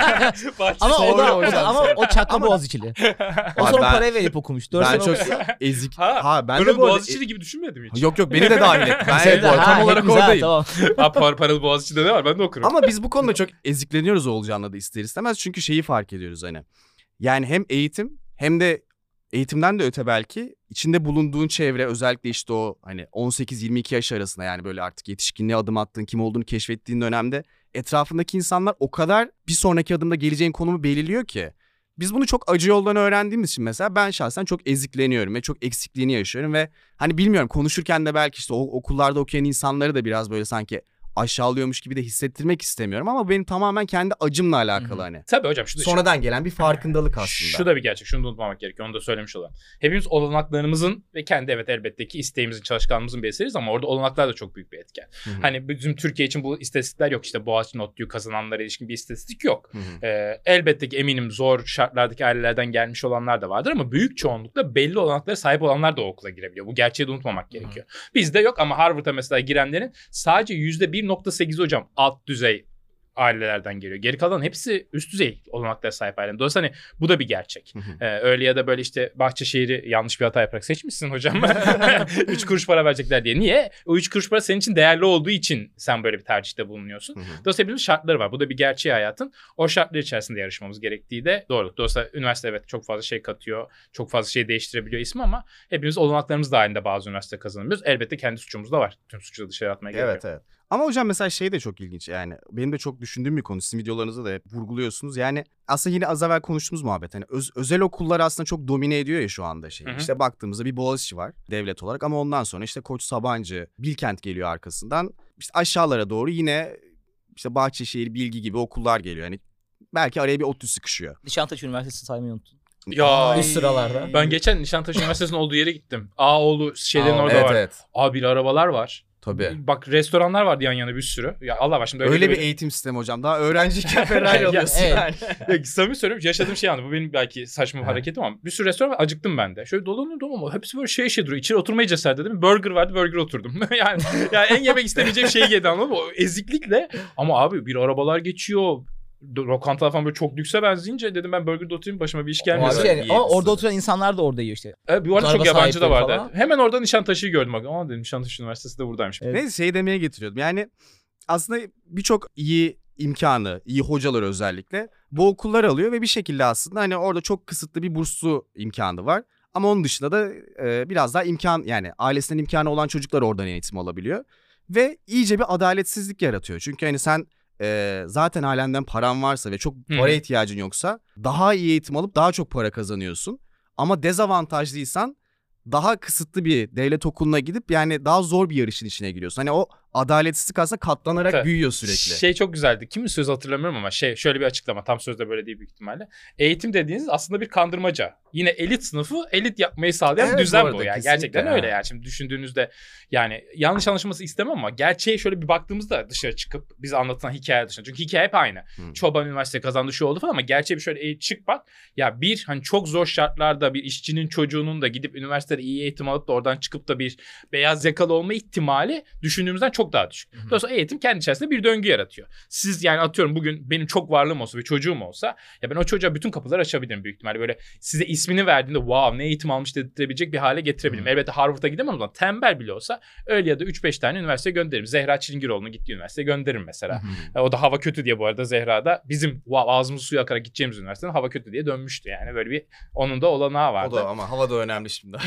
ama o da, o da ama o çakma Boğaziçi'li. O sonra ben, parayı verip okumuş. dört ben çok ezik. Ha, ha ben de Boğaziçi'li e... gibi düşünmedim hiç. Yok yok beni de dahil et. Ben evet, ha, tam olarak oradayım. Ha, tamam. ha, par paralı Boğaziçi'de ne var? Ben de okurum. Ama biz bu konuda çok ezikleniyoruz olacağını da ister istemez. Çünkü şeyi fark ediyoruz hani. Yani hem eğitim hem de eğitimden de öte belki içinde bulunduğun çevre, özellikle işte o hani on sekiz yirmi iki yaş arasında yani böyle artık yetişkinliğe adım attığın, kim olduğunu keşfettiğin dönemde etrafındaki insanlar o kadar bir sonraki adımda geleceğin konumu belirliyor ki. Biz bunu çok acı yoldan öğrendiğimiz için mesela ben şahsen çok ezikleniyorum ve çok eksikliğini yaşıyorum ve hani bilmiyorum konuşurken de belki işte o okullarda okuyan insanları da biraz böyle sanki aşağılıyormuş gibi de hissettirmek istemiyorum ama benim tamamen kendi acımla alakalı Hı-hı. hani. Tabii hocam. Şu Sonradan şu, gelen bir farkındalık aslında. Şu da bir gerçek. Şunu da unutmamak gerekiyor. Onu da söylemiş olalım. Hepimiz olanaklarımızın ve kendi evet elbette ki isteğimizin, çalışkanlığımızın bir eseriyiz ama orada olanaklar da çok büyük bir etken. Hı-hı. Hani bizim Türkiye için bu istatistikler yok. İşte Boğaziçi Notlu'yu kazananlara ilişkin bir istatistik yok. Ee, elbette ki eminim zor şartlardaki ailelerden gelmiş olanlar da vardır ama büyük çoğunlukla belli olanaklara sahip olanlar da o okula girebiliyor. Bu gerçeği de unutmamak gerekiyor. Hı-hı. Bizde yok ama Harvard'a mesela girenlerin sadece yüzde bir nokta sekiz hocam alt düzey ailelerden geliyor. Geri kalan hepsi üst düzey olanaklara sahip aileler. Dolayısıyla hani bu da bir gerçek. ee, öyle ya da böyle işte Bahçeşehir'i yanlış bir hata yaparak seçmişsin hocam. üç kuruş para verecekler diye. Niye? O üç kuruş para senin için değerli olduğu için sen böyle bir tercihte bulunuyorsun. Dolayısıyla bizim şartları var. Bu da bir gerçeği hayatın. O şartlar içerisinde yarışmamız gerektiği de doğru. Dolayısıyla üniversite evet çok fazla şey katıyor. Çok fazla şey değiştirebiliyor ismi ama hepimiz olanaklarımız dahilinde bazı üniversite kazanabiliyoruz. Elbette kendi suçumuz da var. Tüm suçu da dışarı atmaya gerek yok. Evet evet. Ama hocam mesela şey de çok ilginç yani benim de çok düşündüğüm bir konu. Sizin videolarınızda da hep vurguluyorsunuz. Yani aslında yine az evvel konuştuğumuz muhabbet. Hani öz, özel okullar aslında çok domine ediyor ya şu anda şey. Hı hı. İşte baktığımızda bir Boğaziçi var devlet olarak ama ondan sonra işte Koç Sabancı, Bilkent geliyor arkasından. İşte aşağılara doğru yine işte Bahçeşehir, Bilgi gibi okullar geliyor. Yani belki araya bir ODTÜ sıkışıyor. Nişantaşı Üniversitesi saymayı unuttum. Ya üst sıralarda. Ben geçen Nişantaşı Üniversitesi'nin olduğu yere gittim. Ağoğlu şeylerin Aa, orada evet, var. Evet. Abi arabalar var. Tabii. Bak restoranlar vardı yan yana bir sürü. Ya Allah var şimdi öyle, öyle bir böyle... eğitim sistemi hocam. Daha öğrenciyken Ferrari alıyorsun evet. yani. Ya, samimi söylüyorum yaşadığım şey anladım. Bu benim belki saçma bir hareketim ama bir sürü restoran var. Acıktım ben de. Şöyle dolanıyordum ama hepsi böyle şey şey duruyor. İçeri oturmaya cesaret edemedim. Burger vardı. Burger oturdum. yani, yani en yemek istemeyeceğim şeyi yedi anladın mı? O eziklikle. Ama abi bir arabalar geçiyor. Lokantalar falan böyle çok lükse benzeyince dedim ben burger'da oturayım başıma bir iş gelmez. Yani, ama orada oturan insanlar da orada yiyor işte. Evet, bir arada çok yabancı da vardı. Falan. Hemen orada Nişantaşı'yı gördüm. Aa dedim Nişantaşı Üniversitesi de buradaymış. Evet. Neyse şey demeye getiriyordum. Yani aslında birçok iyi imkanı, iyi hocalar özellikle bu okullar alıyor ve bir şekilde aslında hani orada çok kısıtlı bir burslu imkanı var. Ama onun dışında da e, biraz daha imkan yani ailesinden imkanı olan çocuklar oradan eğitim alabiliyor. Ve iyice bir adaletsizlik yaratıyor. Çünkü hani sen Ee, zaten ailenden paran varsa ve çok para ihtiyacın yoksa daha iyi eğitim alıp daha çok para kazanıyorsun. Ama dezavantajlıysan daha kısıtlı bir devlet okuluna gidip yani daha zor bir yarışın içine giriyorsun. Hani o adaletsizlik aslında katlanarak Tabii. büyüyor sürekli. Şey çok güzeldi. Kimin sözü hatırlamıyorum ama şey şöyle bir açıklama. Tam sözde böyle değil büyük ihtimalle. Eğitim dediğiniz aslında bir kandırmaca. Yine elit sınıfı elit yapmayı sağlayan Evet, bir düzen bu arada, bu. Yani kesinlikle gerçekten ha. öyle yani. Şimdi düşündüğünüzde yani yanlış anlaşılması istemem ama gerçeğe şöyle bir baktığımızda dışarı çıkıp bize anlatılan hikaye dışında. Çünkü hikaye hep aynı. Hmm. Çoban üniversite kazandı şu oldu falan ama gerçeğe bir şöyle eğit çık bak. Ya bir hani çok zor şartlarda bir işçinin çocuğunun da gidip üniversitede iyi eğitim alıp da oradan çıkıp da bir beyaz yakalı olma ihtimali düşündüğümüzden çok daha düşük. Hı hı. Dolayısıyla eğitim kendi içerisinde bir döngü yaratıyor. Siz yani atıyorum bugün benim çok varlığım olsa bir çocuğum olsa ya ben o çocuğa bütün kapıları açabilirim büyük ihtimalle. Böyle size ismini verdiğinde wow ne eğitim almış dedirtebilecek bir hale getirebilirim. Hı. Elbette Harvard'a gidemem ama tembel bile olsa öyle ya da üç beş tane üniversiteye gönderirim. Zehra Çilingiroğlu'nu gittiği üniversiteye gönderirim mesela. Hı hı. O da hava kötü diye bu arada Zehra'da bizim wow, ağzımız suya akarak gideceğimiz üniversitenin hava kötü diye dönmüştü yani. Böyle bir onun da olanağı vardı. O da ama hava da önemli şimdi.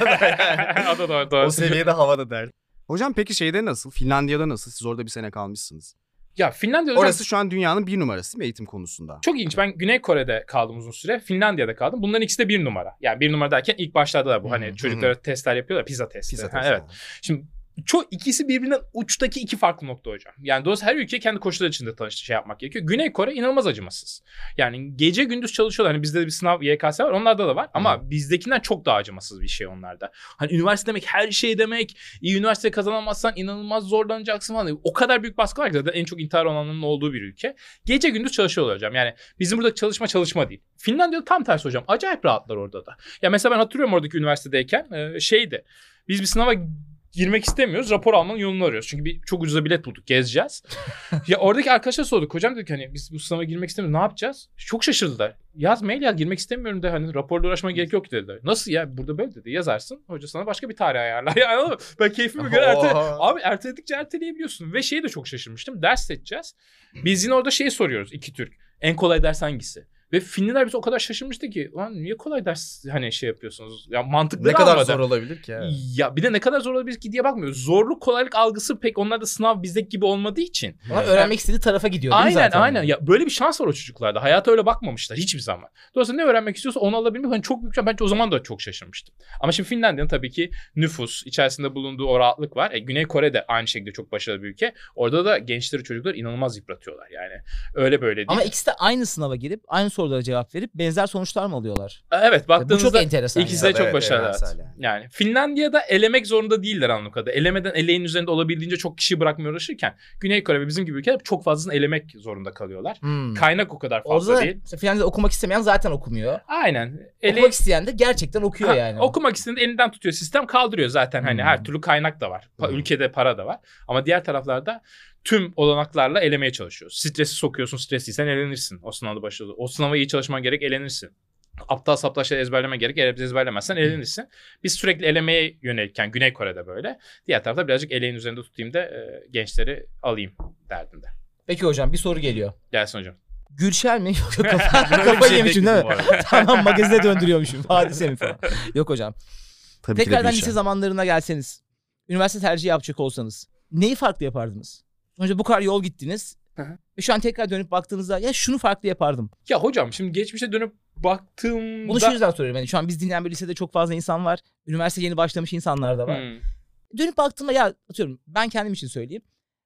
o da doğru, doğru. O seviyede havada dert. Hocam peki şeyde nasıl? Finlandiya'da nasıl? Siz orada bir sene kalmışsınız. Ya Finlandiya'da Orası şu an dünyanın bir numarası değil mi eğitim konusunda? çok ilginç. Ben Güney Kore'de kaldım uzun süre. Finlandiya'da kaldım. Bunların ikisi de bir numara. Yani bir numara derken ilk başlarda da bu. Hı, Hani hı, çocuklara testler yapıyorlar. PISA testi. Pisa Ha, testi. evet. Şimdi çok ikisi birbirinden uçtaki iki farklı nokta hocam. Yani dolayısıyla her ülke kendi koşulları içinde tanış şey yapmak gerekiyor. Güney Kore inanılmaz acımasız. Yani gece gündüz çalışıyorlar. Hani bizde de bir sınav Y K S var. Onlarda da var. Ama Hı. bizdekinden çok daha acımasız bir şey onlarda. Hani üniversite demek her şey demek. İyi üniversite kazanamazsan inanılmaz zorlanacaksın falan. O kadar büyük baskı var ki zaten en çok intihar olanlarının olduğu bir ülke. Gece gündüz çalışıyorlar hocam. Yani bizim burada çalışma çalışma değil. Finlandiya'da tam tersi hocam. Acayip rahatlar orada da. Ya mesela ben hatırlıyorum oradaki üniversitedeyken e, şeydi. Biz bir sınava girmek istemiyoruz. Rapor almanın yolunu arıyoruz. Çünkü bir çok ucuza bilet bulduk. Gezeceğiz. Ya oradaki arkadaşa sorduk. Hocam dedik hani biz bu sınava girmek istemiyoruz. Ne yapacağız? Çok şaşırdılar. Yaz mail yaz girmek istemiyorum de hani raporla uğraşmaya gerek yok dediler. Nasıl ya? Burada böyle dedi. Yazarsın. Hoca sana başka bir tarih ayarlar. Yani anladın mı? Ben keyfime göre erte... Abi erteledikçe erteleyebiliyorsun. Ve şeyi de çok şaşırmıştım. Ders seçeceğiz. Biz yine orada şeyi soruyoruz. İki Türk. En kolay ders hangisi? Ve Finliler bize o kadar şaşırmıştı ki lan niye kolay ders hani şey yapıyorsunuz? Ya mantıklı Ne kadar almadı. zor olabilir ki? Evet. Ya bir de ne kadar zor olabilir ki diye bakmıyoruz. Zorluk kolaylık algısı pek onlarda sınav bizdeki gibi olmadığı için. Ama öğrenmek istediği tarafa gidiyor değil mi Aynen zaten? aynen. Ya böyle bir şans var o çocuklarda. Hayata öyle bakmamışlar hiçbir zaman. Dolayısıyla ne öğrenmek istiyorsa onu alabilmek hani çok büyük. Bence o zaman da çok şaşırmıştım. Ama şimdi Finlandiya'nın tabii ki nüfus, içerisinde bulunduğu o rahatlık var. E, Güney Kore de aynı şekilde çok başarılı bir ülke. Orada da gençleri çocuklar inanılmaz yıpratıyorlar yani. Öyle böyle değil. Ama ikisi de aynı sınava girip aynı sorulara cevap verip benzer sonuçlar mı alıyorlar? Evet baktığınızda Bu çok enteresan. ikisi yani. de çok Evet, başarılı. evrensel Evet. yani. Yani Finlandiya'da elemek zorunda değiller anladığım kadarıyla. Elemeden eleğin üzerinde olabildiğince çok kişi bırakmıyor uğraşırken Güney Kore ve bizim gibi ülkeler çok fazlasını elemek zorunda kalıyorlar. Hmm. Kaynak o kadar fazla Orada değil. mesela Finlandiya'da okumak istemeyen zaten okumuyor. Aynen. Ele... Okumak isteyen de gerçekten okuyor Ha, yani. Okumak istediğinde elinden tutuyor. Sistem kaldırıyor zaten. Hani Hmm. her türlü kaynak da var. Pa- Hmm. Ülkede para da var. Ama diğer taraflarda tüm olanaklarla elemeye çalışıyoruz. Stresi sokuyorsun. Stresliysen elenirsin. O sınavda başarılı. O sınava iyi çalışman gerek elenirsin. Aptal saptal şeyler ezberleme gerek. Eğer ezberlemezsen elenirsin. Biz sürekli elemeye yönelirken Güney Kore'de böyle. Diğer tarafta birazcık eleğin üzerinde tutayım da e, gençleri alayım derdinde. Peki hocam bir soru geliyor. Gelsin hocam. Gülşen mi? Yok yok kafa, Böyle bir kafayı şey yemişim değil mi? bekledim bu arada. Tamam magazine döndürüyormuşum. Hadise mi falan. Yok hocam. Tabii ki de Tekrardan bir lise şey. zamanlarına gelseniz. Üniversite tercihi yapacak olsanız. Neyi farklı yapardınız? Önce bu kadar yol gittiniz. Hı hı. Ve şu an tekrar dönüp baktığınızda ya şunu farklı yapardım. Ya hocam şimdi geçmişe dönüp baktığımda... Bunu şu yüzden soruyorum. Yani şu an biz dinleyen bir lisede çok fazla insan var. Üniversite yeni başlamış insanlar da var. Hmm. Dönüp baktığımda ya atıyorum ben kendim için söyleyeyim.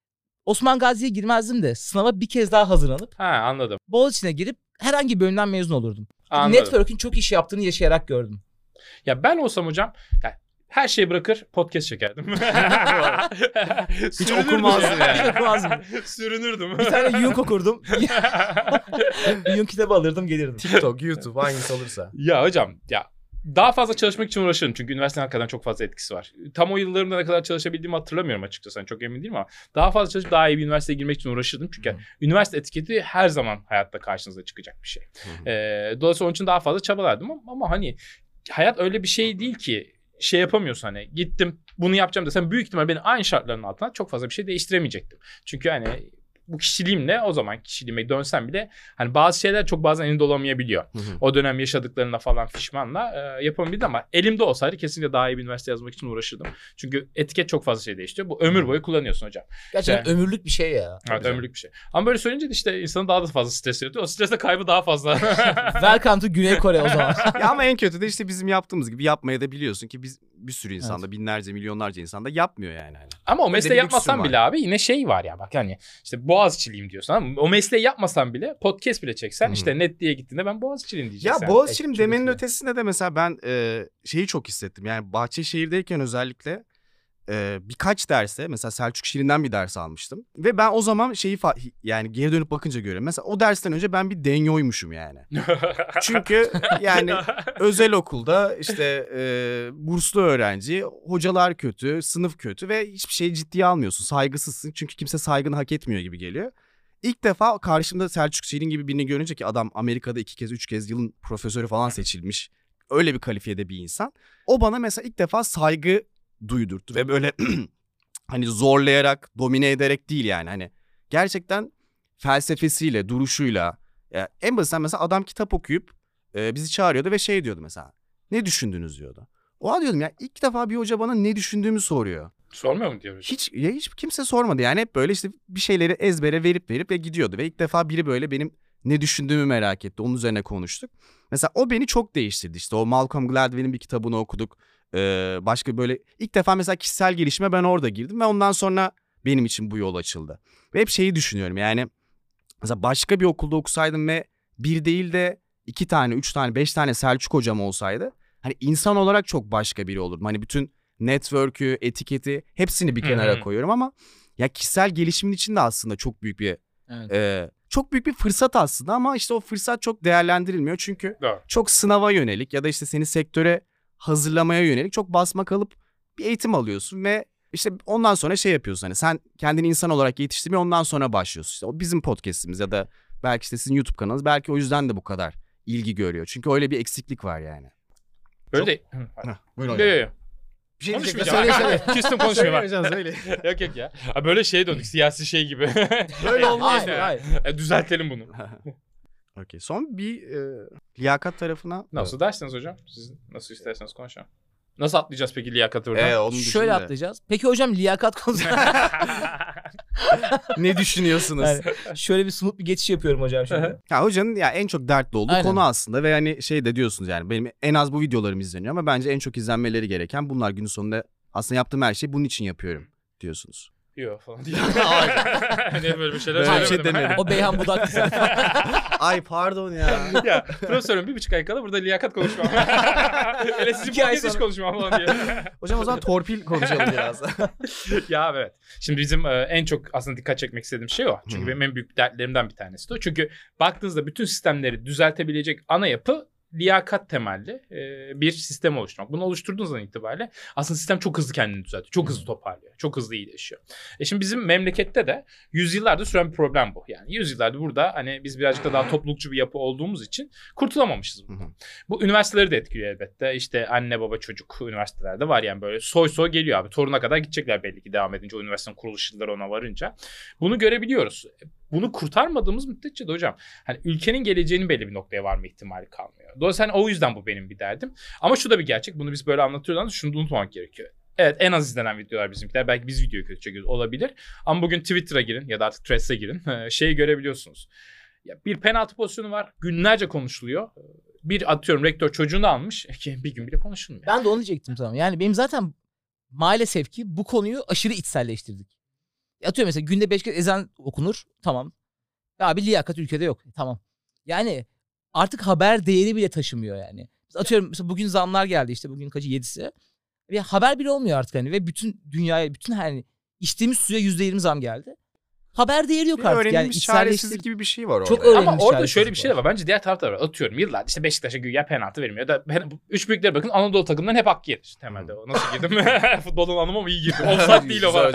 Osman Gazi'ye girmezdim de sınava bir kez daha hazırlanıp Ha anladım. Boğaziçi'ne girip herhangi bir bölümden mezun olurdum. Çünkü Anladım. Network'ün çok iş yaptığını yaşayarak gördüm. Ya ben olsam hocam ya her şeyi bırakır podcast çekerdim. Hiç okumazdım yani. Hiç okumazdım. Sürünürdüm. Bir tane Jung okurdum. Jung kitabı alırdım gelirdim. TikTok, YouTube hangisi olursa. Ya hocam ya daha fazla çalışmak için uğraşırım. Çünkü üniversitenin hakikaten çok fazla etkisi var. Tam o yıllarımda ne kadar çalışabildiğimi hatırlamıyorum açıkçası. Yani çok emin değilim ama daha fazla çalışıp daha iyi bir üniversiteye girmek için uğraşırdım. Çünkü Hı. üniversite etiketi her zaman hayatta karşınıza çıkacak bir şey. Hı. Ee, dolayısıyla onun için daha fazla çabalardım ama, ama hani hayat öyle bir şey değil ki şey yapamıyorsun hani gittim bunu yapacağım desem büyük ihtimal beni aynı şartların altında çok fazla bir şey değiştiremeyecektim. Çünkü hani bu kişiliğimle o zaman kişiliğime dönsem bile hani bazı şeyler çok bazen elinde olamayabiliyor. Hı hı. O dönem yaşadıklarına falan fişmanla e, yapabildim ama elimde olsaydı kesinlikle daha iyi bir üniversite yazmak için uğraşırdım. Çünkü etiket çok fazla şey değiştiriyor. Bu ömür boyu kullanıyorsun hocam. Gerçekten Yani- ömürlük bir şey ya. Evet ömürlük bir şey. Ama böyle söyleyince de işte insanın daha da fazla stres yaratıyor. O stresle kaybı daha fazla. Welcome to Güney Kore o zaman. Ya ama en kötü de işte bizim yaptığımız gibi yapmaya da biliyorsun ki biz bir sürü insanda, evet. binlerce, milyonlarca insanda yapmıyor yani. Hani. Ama o mesleği yapmasan bile abi yine şey var ya bak hani işte Boğaziçi'liyim diyorsun ama o mesleği yapmasan bile podcast bile çeksen hmm. işte net diye gittiğinde ben Boğaziçi'liyim diyeceksin. Ya Boğaziçi'liyim demenin ötesinde de mesela ben e, şeyi çok hissettim. Yani Bahçeşehir'deyken özellikle e, birkaç derste mesela Selçuk Şirin'den bir ders almıştım. Ve ben o zaman şeyi fa- yani geri dönüp bakınca görüyorum. Mesela o dersten önce ben bir denyoymuşum yani. Çünkü yani özel okulda işte e, burslu öğrenci, hocalar kötü, sınıf kötü ve hiçbir şeyi ciddiye almıyorsun. Saygısızsın çünkü kimse saygını hak etmiyor gibi geliyor. İlk defa karşımda Selçuk Şirin gibi birini görünce ki adam Amerika'da iki kez üç kez yılın profesörü falan seçilmiş. Öyle bir kalifiyede bir insan. O bana mesela ilk defa saygı duydurttu ve böyle hani zorlayarak, domine ederek değil yani hani gerçekten felsefesiyle, duruşuyla ya en basitinden mesela adam kitap okuyup e, bizi çağırıyordu ve şey diyordu mesela ne düşündünüz diyordu. Oha diyordum ya ilk defa bir hoca bana ne düşündüğümü soruyor. Sormuyor mu diyor? Hiç ya hiç kimse sormadı yani hep böyle işte bir şeyleri ezbere verip verip ve gidiyordu ve ilk defa biri böyle benim ne düşündüğümü merak etti. Onun üzerine konuştuk. Mesela o beni çok değiştirdi işte o Malcolm Gladwell'in bir kitabını okuduk. Ee, başka böyle ilk defa mesela kişisel gelişime ben orada girdim ve ondan sonra benim için bu yol açıldı. Ve hep şeyi düşünüyorum yani mesela başka bir okulda okusaydım ve bir değil de iki tane, üç tane, beş tane Selçuk hocam olsaydı hani insan olarak çok başka biri olurdum. Hani bütün network'ü, etiketi hepsini bir kenara koyuyorum ama ya kişisel gelişimin için de aslında çok büyük bir evet. e, çok büyük bir fırsat aslında ama işte o fırsat çok değerlendirilmiyor çünkü evet. çok sınava yönelik ya da işte seni sektöre hazırlamaya yönelik çok basma kalıp bir eğitim alıyorsun ve işte ondan sonra şey yapıyorsun hani sen kendini insan olarak yetiştirmeye ondan sonra başlıyorsun. İşte o bizim podcast'imiz ya da belki işte sizin YouTube kanalınız belki o yüzden de bu kadar ilgi görüyor. Çünkü öyle bir eksiklik var yani. Böyle çok... de... Heh, buyurun hocam. Yok yok. Bir şey konuşmayacağım. Söyle söyle. Küstüm konuşmayayım. Söyle. Yok yok ya. Ha, böyle şeye döndük siyasi şey gibi. Böyle olmaz. Hayır hayır. E, düzeltelim bunu. Okey. Son bir e, liyakat tarafına... Nasıl dersiniz hocam? Siz nasıl isterseniz konuşalım. Nasıl atlayacağız peki liyakatı oradan? Ee, Şöyle atlayacağız. Peki hocam liyakat konusu... ne düşünüyorsunuz? Yani şöyle bir smooth bir geçiş yapıyorum hocam şimdi. Ya hocanın ya en çok dertli olduğu Aynen. konu aslında ve hani şey de diyorsunuz yani benim en az bu videolarım izleniyor ama bence en çok izlenmeleri gereken bunlar günün sonunda aslında yaptığım her şeyi bunun için yapıyorum diyorsunuz. Yok falan değil. Ne böyle bir şeyler böyle söylemedim. Bir şey o Beyhan Budak zaten. Ay pardon ya. Ya profesörüm bir buçuk ay kala burada liyakat konuşmam. Öyle sizin podcast hiç konuşmam falan diye. Hocam o zaman torpil konuşalım biraz. Ya evet. Şimdi bizim en çok aslında dikkat çekmek istediğim şey o. Çünkü hmm. benim en büyük dertlerimden bir tanesi de o. Çünkü baktığınızda bütün sistemleri düzeltebilecek ana yapı liyakat temelli bir sistem oluşturmak. Bunu oluşturduğunuzdan itibariyle aslında sistem çok hızlı kendini düzeltiyor. Çok hızlı toparlıyor. Çok hızlı iyileşiyor. E şimdi bizim memlekette de yüzyıllardır süren bir problem bu. Yani yüzyıllardır burada hani biz birazcık da daha toplulukçu bir yapı olduğumuz için kurtulamamışız bundan. Bu üniversiteleri de etkiliyor elbette. İşte anne baba çocuk üniversitelerde var yani böyle soy soy geliyor abi. Toruna kadar gidecekler belli ki devam edince o üniversitenin kuruluş yılları ona varınca. Bunu görebiliyoruz. Bunu kurtarmadığımız müddetçe de hocam hani ülkenin geleceğinin belli bir noktaya varma ihtimali kalmıyor. Dolayısıyla hani o yüzden bu benim bir derdim. Ama şu da bir gerçek. Bunu biz böyle anlatıyoruz ama şunu da unutmamak gerekiyor. Evet en az izlenen videolar bizimkiler. Belki biz videoyu kötü çekiyoruz olabilir. Ama bugün Twitter'a girin ya da artık Threads'e girin. Şeyi görebiliyorsunuz. Ya bir penaltı pozisyonu var. Günlerce konuşuluyor. Bir atıyorum rektör çocuğunu almış. Bir gün bile konuşulmuyor. Ben de onu diyecektim tamam. Yani benim zaten maalesef ki bu konuyu aşırı içselleştirdik. Atıyorum mesela günde beş kez ezan okunur. Tamam. Ya bir liyakat ülkede yok. E, tamam. Yani artık haber değeri bile taşımıyor yani. Atıyorum mesela bugün zamlar geldi işte bugün kaçı yedisi. Bir haber bile olmuyor artık hani ve bütün dünyaya bütün hani içtiğimiz suya yüzde yirmi zam geldi. Haber değeri yok bir artık yani. Öğrenilmiş çaresizlik gibi bir şey var orada. Çok ama orada şöyle bir şey de var. Bence diğer tarafta var. Atıyorum yıllar işte Beşiktaş'a güya penaltı vermiyor. Da üç büyükler bakın Anadolu takımlarının hep hakkı yedir temelde. O nasıl girdim? Futboldan anlamam iyi girdim. Offside değil o var.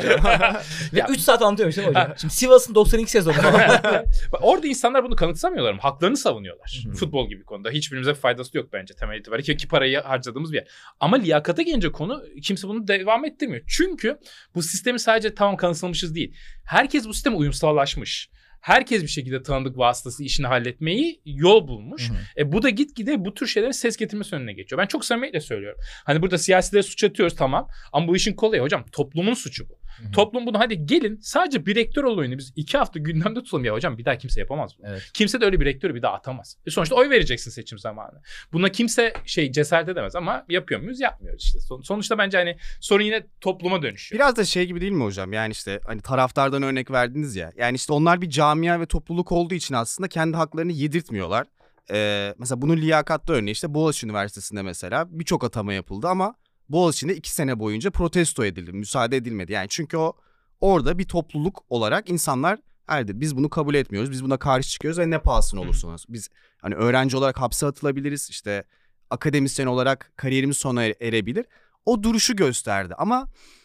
Ve üç saat anlatıyorum işte hocam. Şimdi Sivas'ın doksan iki sezonu. Orada insanlar bunu kanıksamıyorlar mı? Haklarını savunuyorlar. Futbol gibi konuda. Hiçbirimize faydası yok bence temel itibariyle. Ki parayı harcadığımız bir yer. Ama liyakata gelince konu kimse bunu devam ettirmiyor. Çünkü bu sistemi sadece tamam kanıtsamışız değil. Herkes bu sisteme uyumsallaşmış. Herkes bir şekilde tanıdık vasıtası işini halletmeyi yol bulmuş. Hı hı. E bu da gitgide bu tür şeylerin ses getirmesi önüne geçiyor. Ben çok samimiyetle söylüyorum. Hani burada siyasileri suç atıyoruz tamam. Ama bu işin kolayı hocam. Toplumun suçu bu. Hı-hı. Toplum bunu hadi gelin sadece bir rektör olayını biz iki hafta gündemde tutalım ya hocam bir daha kimse yapamaz bunu. Evet. Kimse de öyle bir rektörü bir daha atamaz. E sonuçta oy vereceksin seçim zamanı. Buna kimse şey cesaret edemez ama yapıyor muyuz? Yapmıyoruz işte. Son, sonuçta bence hani sorun yine topluma dönüşüyor. Biraz da şey gibi değil mi hocam? Yani işte hani taraftardan örnek verdiniz ya. Yani işte onlar bir camia ve topluluk olduğu için aslında kendi haklarını yedirtmiyorlar. Ee, mesela bunun liyakatlı örneği işte Boğaziçi Üniversitesi'nde mesela birçok atama yapıldı ama Boğaziçi'nde iki sene boyunca protesto edildi, müsaade edilmedi. Yani çünkü o orada bir topluluk olarak insanlar hayır biz bunu kabul etmiyoruz, biz buna karşı çıkıyoruz ve ne pahasına olursa olsun. Biz hani öğrenci olarak hapse atılabiliriz, işte akademisyen olarak kariyerimiz sona erebilir. O duruşu gösterdi ama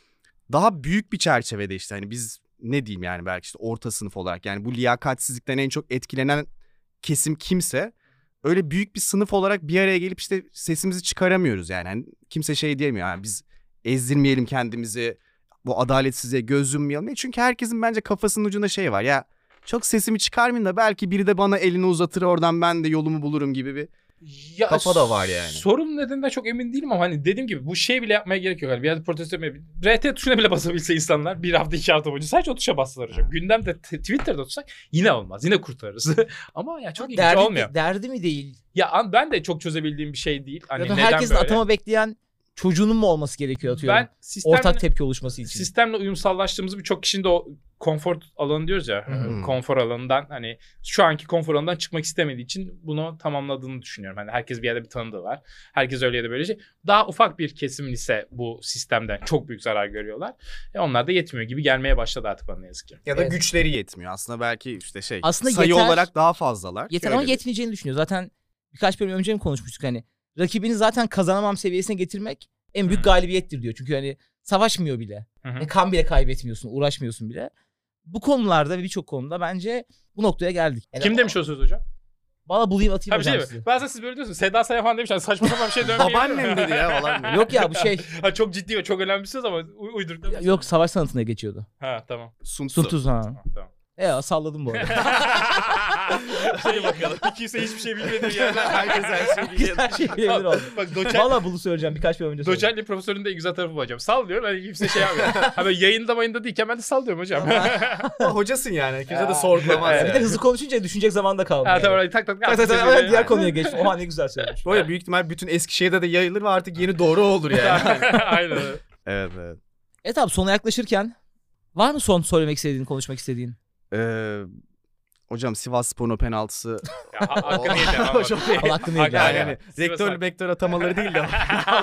daha büyük bir çerçevede işte hani biz ne diyeyim yani belki işte orta sınıf olarak yani bu liyakatsizlikten en çok etkilenen kesim kimse öyle büyük bir sınıf olarak bir araya gelip işte sesimizi çıkaramıyoruz yani. Yani kimse şey diyemiyor yani biz ezdirmeyelim kendimizi, bu adaletsizliğe göz yummayalım. Çünkü herkesin bence kafasının ucunda şey var ya çok sesimi çıkarmayayım da belki biri de bana elini uzatır oradan ben de yolumu bulurum gibi bir ya, kafa da var yani. Sorun nedeninden çok emin değilim ama hani dediğim gibi bu şey bile yapmaya gerek yok. Yani bir yerde protesto etmeye, R T tuşuna bile basabilse insanlar bir hafta iki hafta boyunca sadece o tuşa bastılar hocam. Gündemde t- Twitter'da tutsak yine olmaz. Yine kurtarırız. Ama ya çok ilginç derdi, olmuyor. Derdi mi değil? Ya ben de çok çözebildiğim bir şey değil. Hani ya da neden herkesin böyle? atama bekleyen çocuğunun mu olması gerekiyor atıyorum. Ben sistemle, ortak tepki oluşması için. Sistemle uyumsallaştığımızı birçok kişinin de o konfor alanı diyoruz ya. Hmm. Konfor alanından hani şu anki konfor alanından çıkmak istemediği için bunu tamamladığını düşünüyorum. Hani herkes bir yerde bir tanıdığı var. Herkes öyle ya da böylece. Daha ufak bir kesim ise bu sistemden çok büyük zarar görüyorlar. E onlar da yetmiyor gibi gelmeye başladı artık bana ne yazık ki. Ya da Evet. güçleri yetmiyor. Aslında belki işte şey Aslında sayı yeter- olarak daha fazlalar. Yeter Şöyle ama de- yetmeyeceğini düşünüyor. Zaten birkaç bölüm önce mi konuşmuştuk hani rakibini zaten kazanamam seviyesine getirmek en büyük Hı. galibiyettir diyor. Çünkü hani savaşmıyor bile. Hı hı. E, kan bile kaybetmiyorsun, uğraşmıyorsun bile. Bu konularda ve birçok konuda bence bu noktaya geldik. Yani Kim demiş o sözü hocam? Valla bulayım atayım Ha bir şey hocam mi? size. Bazen siz böyle diyorsunuz. Seda Sayan falan demiş. Hani saçma sapan bir şey dönmeyelim. Babaannem dedi ya falan. Yok ya bu şey. Ha, çok ciddi ve çok önemli bir söz ama u- uydurdum. Yok savaş sanatına geçiyordu. Ha tamam. Sun Tzu. Sun Tzu ha. Tamam, tamam. E salladım bu arada. Hadi bakalım. Kimse hiçbir şey bilmediği yerden Herkes her şeyi biliyor. Her şey bilebilir oldu. Bak doçent, Valla bunu söyleyeceğim birkaç bölüm önce söyleyeceğim. doçentli profesörün de en güzel tarafı bu hocam. Sallıyor hani kimse şey yapmıyor. Ha böyle yayında mayında değilken ben de sallıyorum hocam. Hocasın yani. Kimse de sorgulamaz Evet. Bir de yani. hızlı konuşunca düşünecek zaman da kalmıyor. ha tamam tak tak. Evet, evet, evet, diğer konuya geç. Oha ne güzel söylemiş. Böyle büyük ihtimal bütün Eskişehir'de de yayılır ve artık yeni doğru olur yani. Aynen. evet evet. Evet abi sona yaklaşırken var mı son söylemek istediğin, konuşmak istediğin? Ee, hocam Sivasspor'un o penaltısı. Ya, ha- hakkını yedim ama. Çok Allah hakkını yedi. Aynen. yani Sivas rektör hak- vektör atamaları değil de.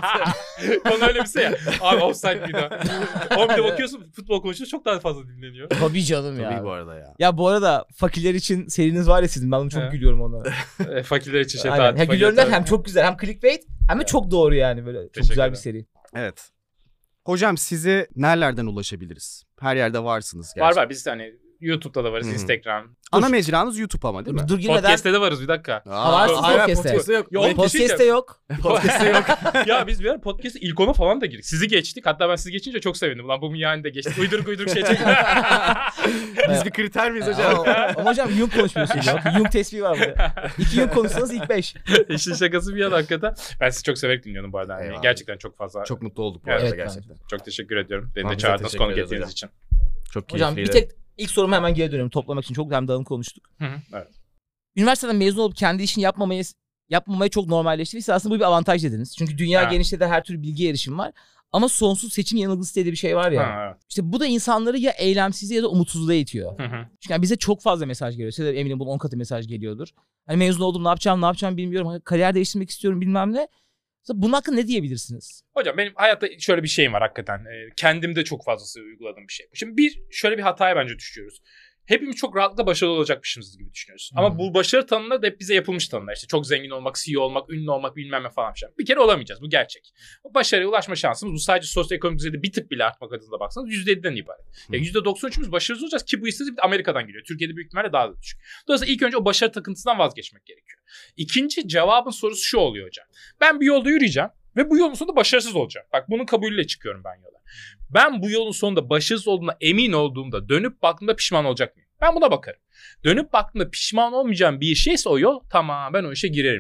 Konu öyle bir şey ya. Abi offside bir daha. Oğlum bir de bakıyorsun futbol konuşuyor çok daha fazla dinleniyor. Tabii canım ya. Tabii bu arada ya. Ya bu arada fakirler için seriniz var ya sizin. Ben onu çok He. gülüyorum ona. E, fakirler için şey Aynen. Ya gülüyorum derken hem çok güzel hem clickbait hem de çok doğru yani böyle. Çok Teşekkür güzel ederim. bir seri. Evet. Hocam size nerelerden ulaşabiliriz? Her yerde varsınız Var gerçekten. var biz de hani YouTube'da da varız, Hı. Instagram. Ana mecranız YouTube ama değil mi? Dur girmeden Podcast'te de varız bir dakika. Aa, varsın hayır, podcast'te. podcast'te yok. Yok, Yok, podcast'te yok. podcast'te yok. Ya biz bir ara podcast'e ilk ona falan da girdik. Sizi geçtik. Hatta ben sizi geçince çok sevindim. Ulan bu mu yani de geçtik. Uyduruk uyduruk şey çektik. Biz bir kriter miyiz hocam? Ama, ama hocam Jung konuşmuyorsunuz ya. Jung tespihi var burada. İki Jung konuşsanız ilk beş. İşin şakası bir yana hakikaten. Ben sizi çok severek dinliyordum bu arada. Yani Eyvallah. gerçekten çok fazla. Çok, Çok mutlu olduk bu Evet, arada evet, gerçekten. çok teşekkür ediyorum. Beni Abi de bize çağırdınız teşekkür konuk ederiz ettiğiniz hocam. için. Çok Hocam bir keyifliydi. tek ilk soruma hemen geri dönüyorum. Toplamak için çok hem dağınık konuştuk. Hı hı, evet. Üniversiteden mezun olup kendi işini yapmamayı yapmamayı çok normalleştirdiyse aslında bu bir avantaj dediniz. Çünkü dünya Ha. genişte her türlü bilgi erişim var. Ama sonsuz seçim yanılgısı diye de bir şey var ya. Ha, evet. İşte bu da insanları ya eylemsizliğe ya da umutsuzluğa itiyor. Hı hı. Çünkü yani bize çok fazla mesaj geliyor. Size de eminim bunun on katı mesaj geliyordur. Hani mezun oldum ne yapacağım ne yapacağım bilmiyorum. Hani kariyer değiştirmek istiyorum bilmem ne. Mesela bunun hakkında ne diyebilirsiniz? Hocam benim hayatta şöyle bir şeyim var hakikaten. Ee, kendimde çok fazlası uyguladığım bir şey. Şimdi bir şöyle bir hataya bence düşüyoruz. Hepimiz çok rahatlıkla başarılı olacakmışız gibi düşünüyoruz. Hmm. Ama bu başarı tanımları da hep bize yapılmış tanımlar. İşte çok zengin olmak, C E O olmak, ünlü olmak bilmem ne falan filan. Bir kere olamayacağız. Bu gerçek. O başarıya ulaşma şansımız bu sadece sosyoekonomik düzeyde bir tık bile artmak adına baksanız yüzde yediden ibaret. Ya yüzde doksan üçümüz başarısız olacağız ki bu istatistik Amerika'dan geliyor. Türkiye'de büyük ihtimalle daha da düşük. Dolayısıyla ilk önce o başarı takıntısından vazgeçmek gerekiyor. İkinci cevabın sorusu şu oluyor hocam. Ben bir yolda yürüyeceğim ve bu yolun sonunda başarısız olacağım. Bak bunun kabulüyle çıkıyorum ben yola. Ben bu yolun sonunda başarısız olduğuna emin olduğumda dönüp baktığımda pişman olacak mıyım? Ben buna bakarım. Dönüp baktığımda pişman olmayacağım bir şeyse o yol tamam ben o işe girerim diyorum.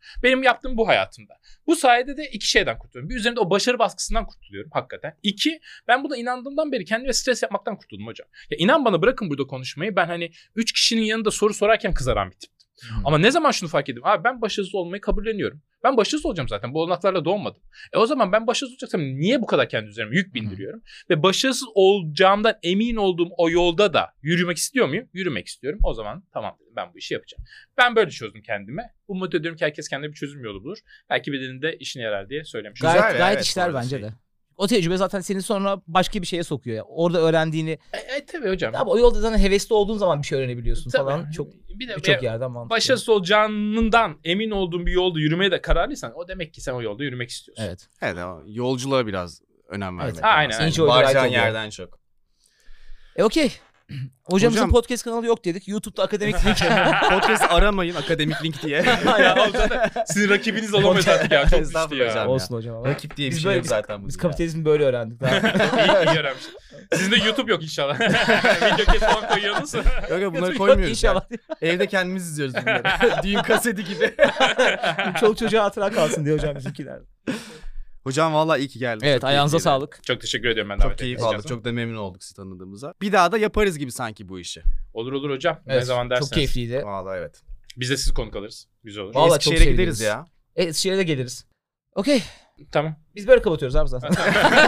Benim yaptığım bu hayatımda. Bu sayede de iki şeyden kurtuluyorum. Bir, üzerimde o başarı baskısından kurtuluyorum hakikaten. İki, ben buna inandığımdan beri kendime stres yapmaktan kurtuldum hocam. Ya inan bana, bırakın burada konuşmayı. Ben hani üç kişinin yanında soru sorarken kızaran bir tiptim. Hmm. Ama ne zaman şunu fark ettim? Abi ben başarısız olmayı kabulleniyorum. Ben başarısız olacağım zaten. Bu olanaklarla doğmadım. E o zaman ben başarısız olacaksam niye bu kadar kendi üzerime yük bindiriyorum? Hmm. Ve başarısız olacağımdan emin olduğum o yolda da yürümek istiyor muyum? Yürümek istiyorum. O zaman tamam dedim, ben bu işi yapacağım. Ben böyle çözdüm kendime. Umut ediyorum ki herkes kendine bir çözüm yolu bulur. Belki bedeninde işine yarar diye söylemiş. Gayet, Güzel, gayet evet, işler bence şey. de. O tecrübe zaten seni sonra başka bir şeye sokuyor ya. Orada öğrendiğini. E, e tabii hocam. Abi o yolda zaten hevesli olduğun zaman bir şey öğrenebiliyorsun tabii. falan. Çok bir de birçok yerden mantıklı. Başarısız olacağından emin olduğun bir yolda yürümeye de kararlıysan o demek ki sen o yolda yürümek istiyorsun. Evet. Evet ama yolculuğa biraz önem vermek. Evet. Ha, aynen. Yani varacağın yerden çok. E okey. Hocamızın Hocam, podcast kanalı yok dedik. YouTube'da akademik link. Podcast aramayın akademik link diye. Ya, sizin rakibiniz olamayız artık ya. Çok düştü ya. Hocam. Olsun hocam ama. Rakip diye bir Biz şey böyle- yok zaten. bu Biz dünyada. kapitalizmi böyle öğrendik. Daha. iyi, iyi öğrenmiş. Sizin de YouTube yok inşallah. Video kes falan koyuyorsunuz. Yok yok bunları Yok koymuyoruz. inşallah. Yani. Evde kendimiz izliyoruz bunları. Düğün kaseti gibi. Çoluk çocuğa hatıra kalsın diye hocam bizimkiler. Hocam vallahi iyi ki geldin. Evet Çok ayağınıza keyifliydi. sağlık. Çok teşekkür ediyorum ben Çok davet keyif ettiğiniz aldık. için. Çok da memnun olduk sizi tanıdığımıza. Bir daha da yaparız gibi sanki bu işi. Olur olur hocam. Ne Evet, zaman derseniz. çok keyifliydi. Vallahi evet. Biz de siz konuk alırız. Güzel olur. Vallahi çok Eskişehir'e sevdiniz. gideriz ya. Evet Eskişehir'e de geliriz. Okey. Tamam. Biz böyle kapatıyoruz abi zaten.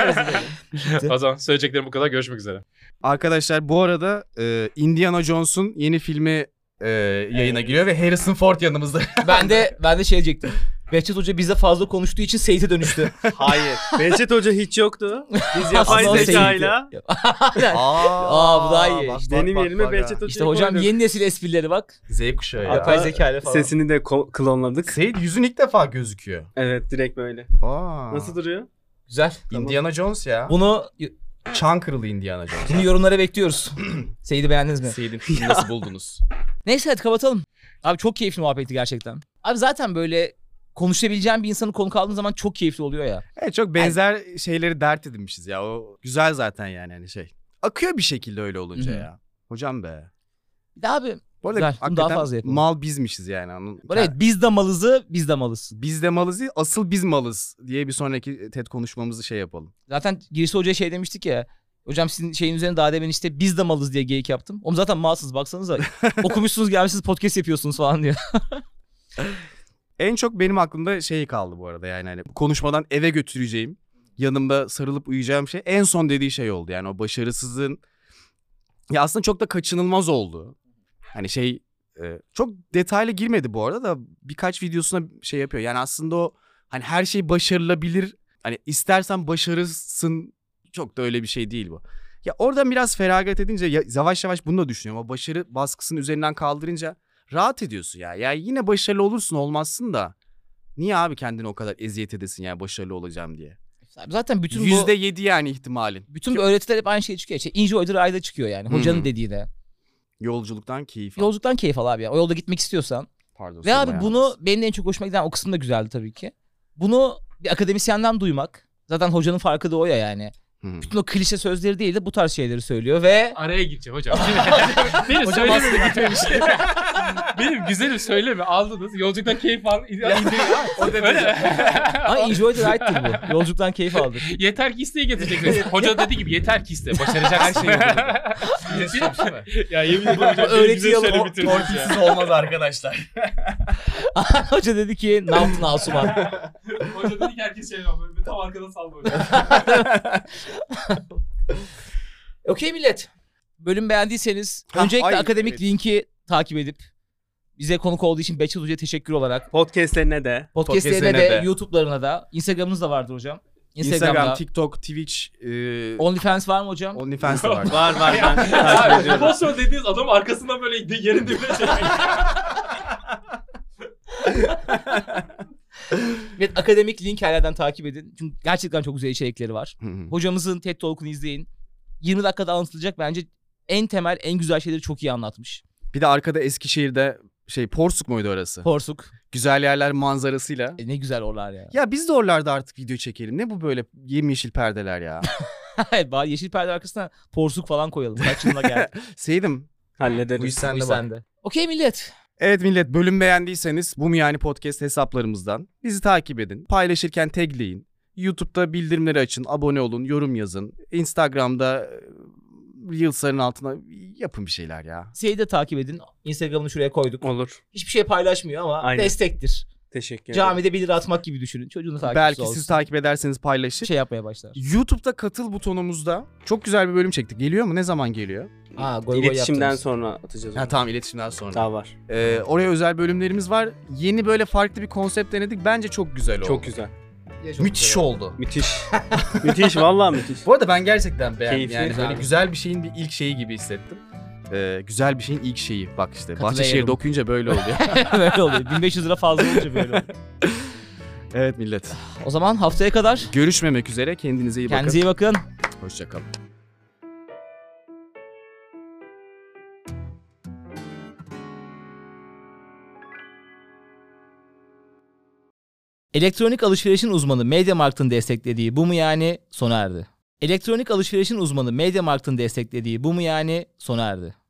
O zaman söyleyeceklerim bu kadar. Görüşmek üzere. Arkadaşlar bu arada e, Indiana Jones'un yeni filmi e, yayına giriyor ve Harrison Ford yanımızda. ben de ben de şey diyecektim. Behçet Hoca bize fazla konuştuğu için Seyit'e dönüştü. Hayır. Behçet Hoca hiç yoktu. Biz yapay Aslında o zekayla. Aynen. Aa, Aa, bu daha iyi. bak, İşte bak, benim bak, yerime bak Behçet ya. Hoca'yı İşte hocam koyduk. yeni nesil esprileri bak. Z kuşağı ya. Yapay zekayla falan. Sesini de ko- klonladık. Seyit yüzün ilk defa gözüküyor. Evet direkt böyle. Aa. Nasıl duruyor? Güzel. Indiana Jones ya. Bunu Çankırılı Indiana Jones. bunu yorumlara bekliyoruz. Seyit'i beğendiniz mi? Seyit'in filmini nasıl buldunuz? Neyse hadi kapatalım. Abi çok keyifli muhabbetti gerçekten. Abi zaten böyle konuşabileceğin bir insanı konuk aldığın zaman çok keyifli oluyor ya. Evet çok benzer şeyleri dert edinmişiz ya. O güzel zaten yani hani şey. Akıyor bir şekilde öyle olunca Hı hı. ya. Hocam be. Bir de abi Bu arada Güzel, bunu daha hakikaten fazla yapalım. mal bizmişiz yani. Onun- evet biz de malızı biz de malız. Biz de malız değil, asıl biz malız diye bir sonraki TED konuşmamızı şey yapalım. Zaten girişte hocaya şey demiştik ya. Hocam sizin şeyin üzerine daha demin işte biz de malız diye geyik yaptım. Oğlum zaten malsınız baksanıza. Okumuşsunuz gelmişsiniz podcast yapıyorsunuz falan diyor. En çok benim aklımda şey kaldı bu arada yani hani konuşmadan eve götüreceğim, yanımda sarılıp uyuyacağım şey en son dediği şey oldu. Yani o başarısızlığın ya aslında çok da kaçınılmaz oldu. Hani şey e, çok detaylı girmedi bu arada da birkaç videosuna şey yapıyor. Yani aslında o hani her şey başarılabilir. Hani istersen başarısın çok da öyle bir şey değil bu. Ya oradan biraz feragat edince ya, yavaş yavaş bunu da düşünüyorum. O başarı baskısını üzerinden kaldırınca rahat ediyorsun ya. Ya yine başarılı olursun olmazsın da. Niye abi kendini o kadar eziyet edesin ya başarılı olacağım diye. Zaten bütün Yüzde bu yedi yani ihtimalin. bütün bu öğretiler hep aynı şey çıkıyor. İşte Enjoy the Ride'a çıkıyor yani. Hocanın Hı. dediği de. Yolculuktan keyif al. Yolculuktan keyif al abi ya. O yolda gitmek istiyorsan. Pardon. Ve abi sormaya bunu yalnız. benim de en çok hoşuma giden o kısım da güzeldi tabii ki. Bunu bir akademisyenden duymak. Zaten hocanın farkı da o ya yani. Hı. Bütün o klişe sözleri değil de bu tarz şeyleri söylüyor ve Araya gireceğim hocam. Benim Hocam söylememe aslında gitmemiş. Benim güzelim söyleme aldınız. Yolculuktan keyif aldın. O da Öyle. ama Enjoy the Ride'dir bu. Yolculuktan keyif aldır. Yeter ki isteği getireceksin. Hoca dediği gibi yeter ki iste. Başaracaksın. Her şeyi Ya yemin ederim hocam. Öğreti güzel yalı- söyle o- bitirdiniz ya. Torpilsiz olmaz arkadaşlar. Hoca dedi ki ne yaptın Asuman? Hoca dedi ki herkes şey yapıyor. Böyle tam arkada sallıyor hocam. Okey millet. Bölüm beğendiyseniz Ha, öncelikle ay, akademik evet. linki takip edip bize konuk olduğu için Behçet Hoca'ya teşekkür olarak Podcastlerine de. podcastlerine Podcastlerine de, de. YouTube'larına da, Instagram'ınız da vardır hocam. Instagram'da. Instagram, TikTok, Twitch, e, OnlyFans var mı hocam? OnlyFans da var. Var var ben takip Abi ediyorum. Bosfor dediğiniz adam arkasından böyle yerin dibine çekmek. Ve akademik link her yerden takip edin. Çünkü gerçekten çok güzel içerikleri var. Hı hı. Hocamızın TED Talk'unu izleyin. yirmi dakikada anlatılacak bence en temel, en güzel şeyleri çok iyi anlatmış. Bir de arkada Eskişehir'de şey Porsuk muydu orası? Porsuk. Güzel yerler manzarasıyla. E, ne güzel oralar ya. Ya biz de oralarda artık video çekelim. Ne bu böyle yemyeşil perdeler ya? Evet, bari yeşil perde arkasına Porsuk falan koyalım. Kaç yılına geldi. Seydim. Hallederiz. Bu iş sende Bu bak. sende. Okey millet. Evet millet, bölüm beğendiyseniz bu mu yani podcast hesaplarımızdan bizi takip edin. Paylaşırken tagleyin. YouTube'da bildirimleri açın, abone olun, yorum yazın. Instagram'da e, Reels'ların altına yapın bir şeyler ya. Sey'i de takip edin. Instagram'ını şuraya koyduk. Olur. Hiçbir şey paylaşmıyor ama Aynen. destektir. Teşekkür ederim. Camide bir lira atmak gibi düşünün. Çocuğunu takipçisi Belki olsun. siz takip ederseniz paylaşır. şey yapmaya başlar. YouTube'da katıl butonumuzda çok güzel bir bölüm çektik. Geliyor mu? Ne zaman geliyor? Aa, goy goy İletişimden yaptınız. sonra atacağız onu. Ha tamam, iletişimden sonra. Daha var. Ee, oraya özel bölümlerimiz var. Yeni böyle farklı bir konsept denedik. Bence çok güzel oldu. Çok güzel. Ya çok Müthiş güzel. oldu. Müthiş. müthiş vallahi müthiş. Bu arada ben gerçekten beğendim. Keyifli. Yani böyle Güzel. güzel bir şeyin bir ilk şeyi gibi hissettim. Ee, güzel bir şeyin ilk şeyi. Bak işte Katılıyorum. Bahçeşehir'de okuyunca böyle oluyor. Böyle oluyor. bin beş yüz lira fazla olunca böyle oluyor. Evet millet. O zaman haftaya kadar Görüşmemek üzere. Kendinize iyi bakın. kendinize iyi bakın. Hoşçakalın. Elektronik alışverişin uzmanı MediaMarkt'ın desteklediği Bu Mu Yani sona erdi. Elektronik alışverişin uzmanı MediaMarkt'ın desteklediği Bu Mu Yani sona erdi.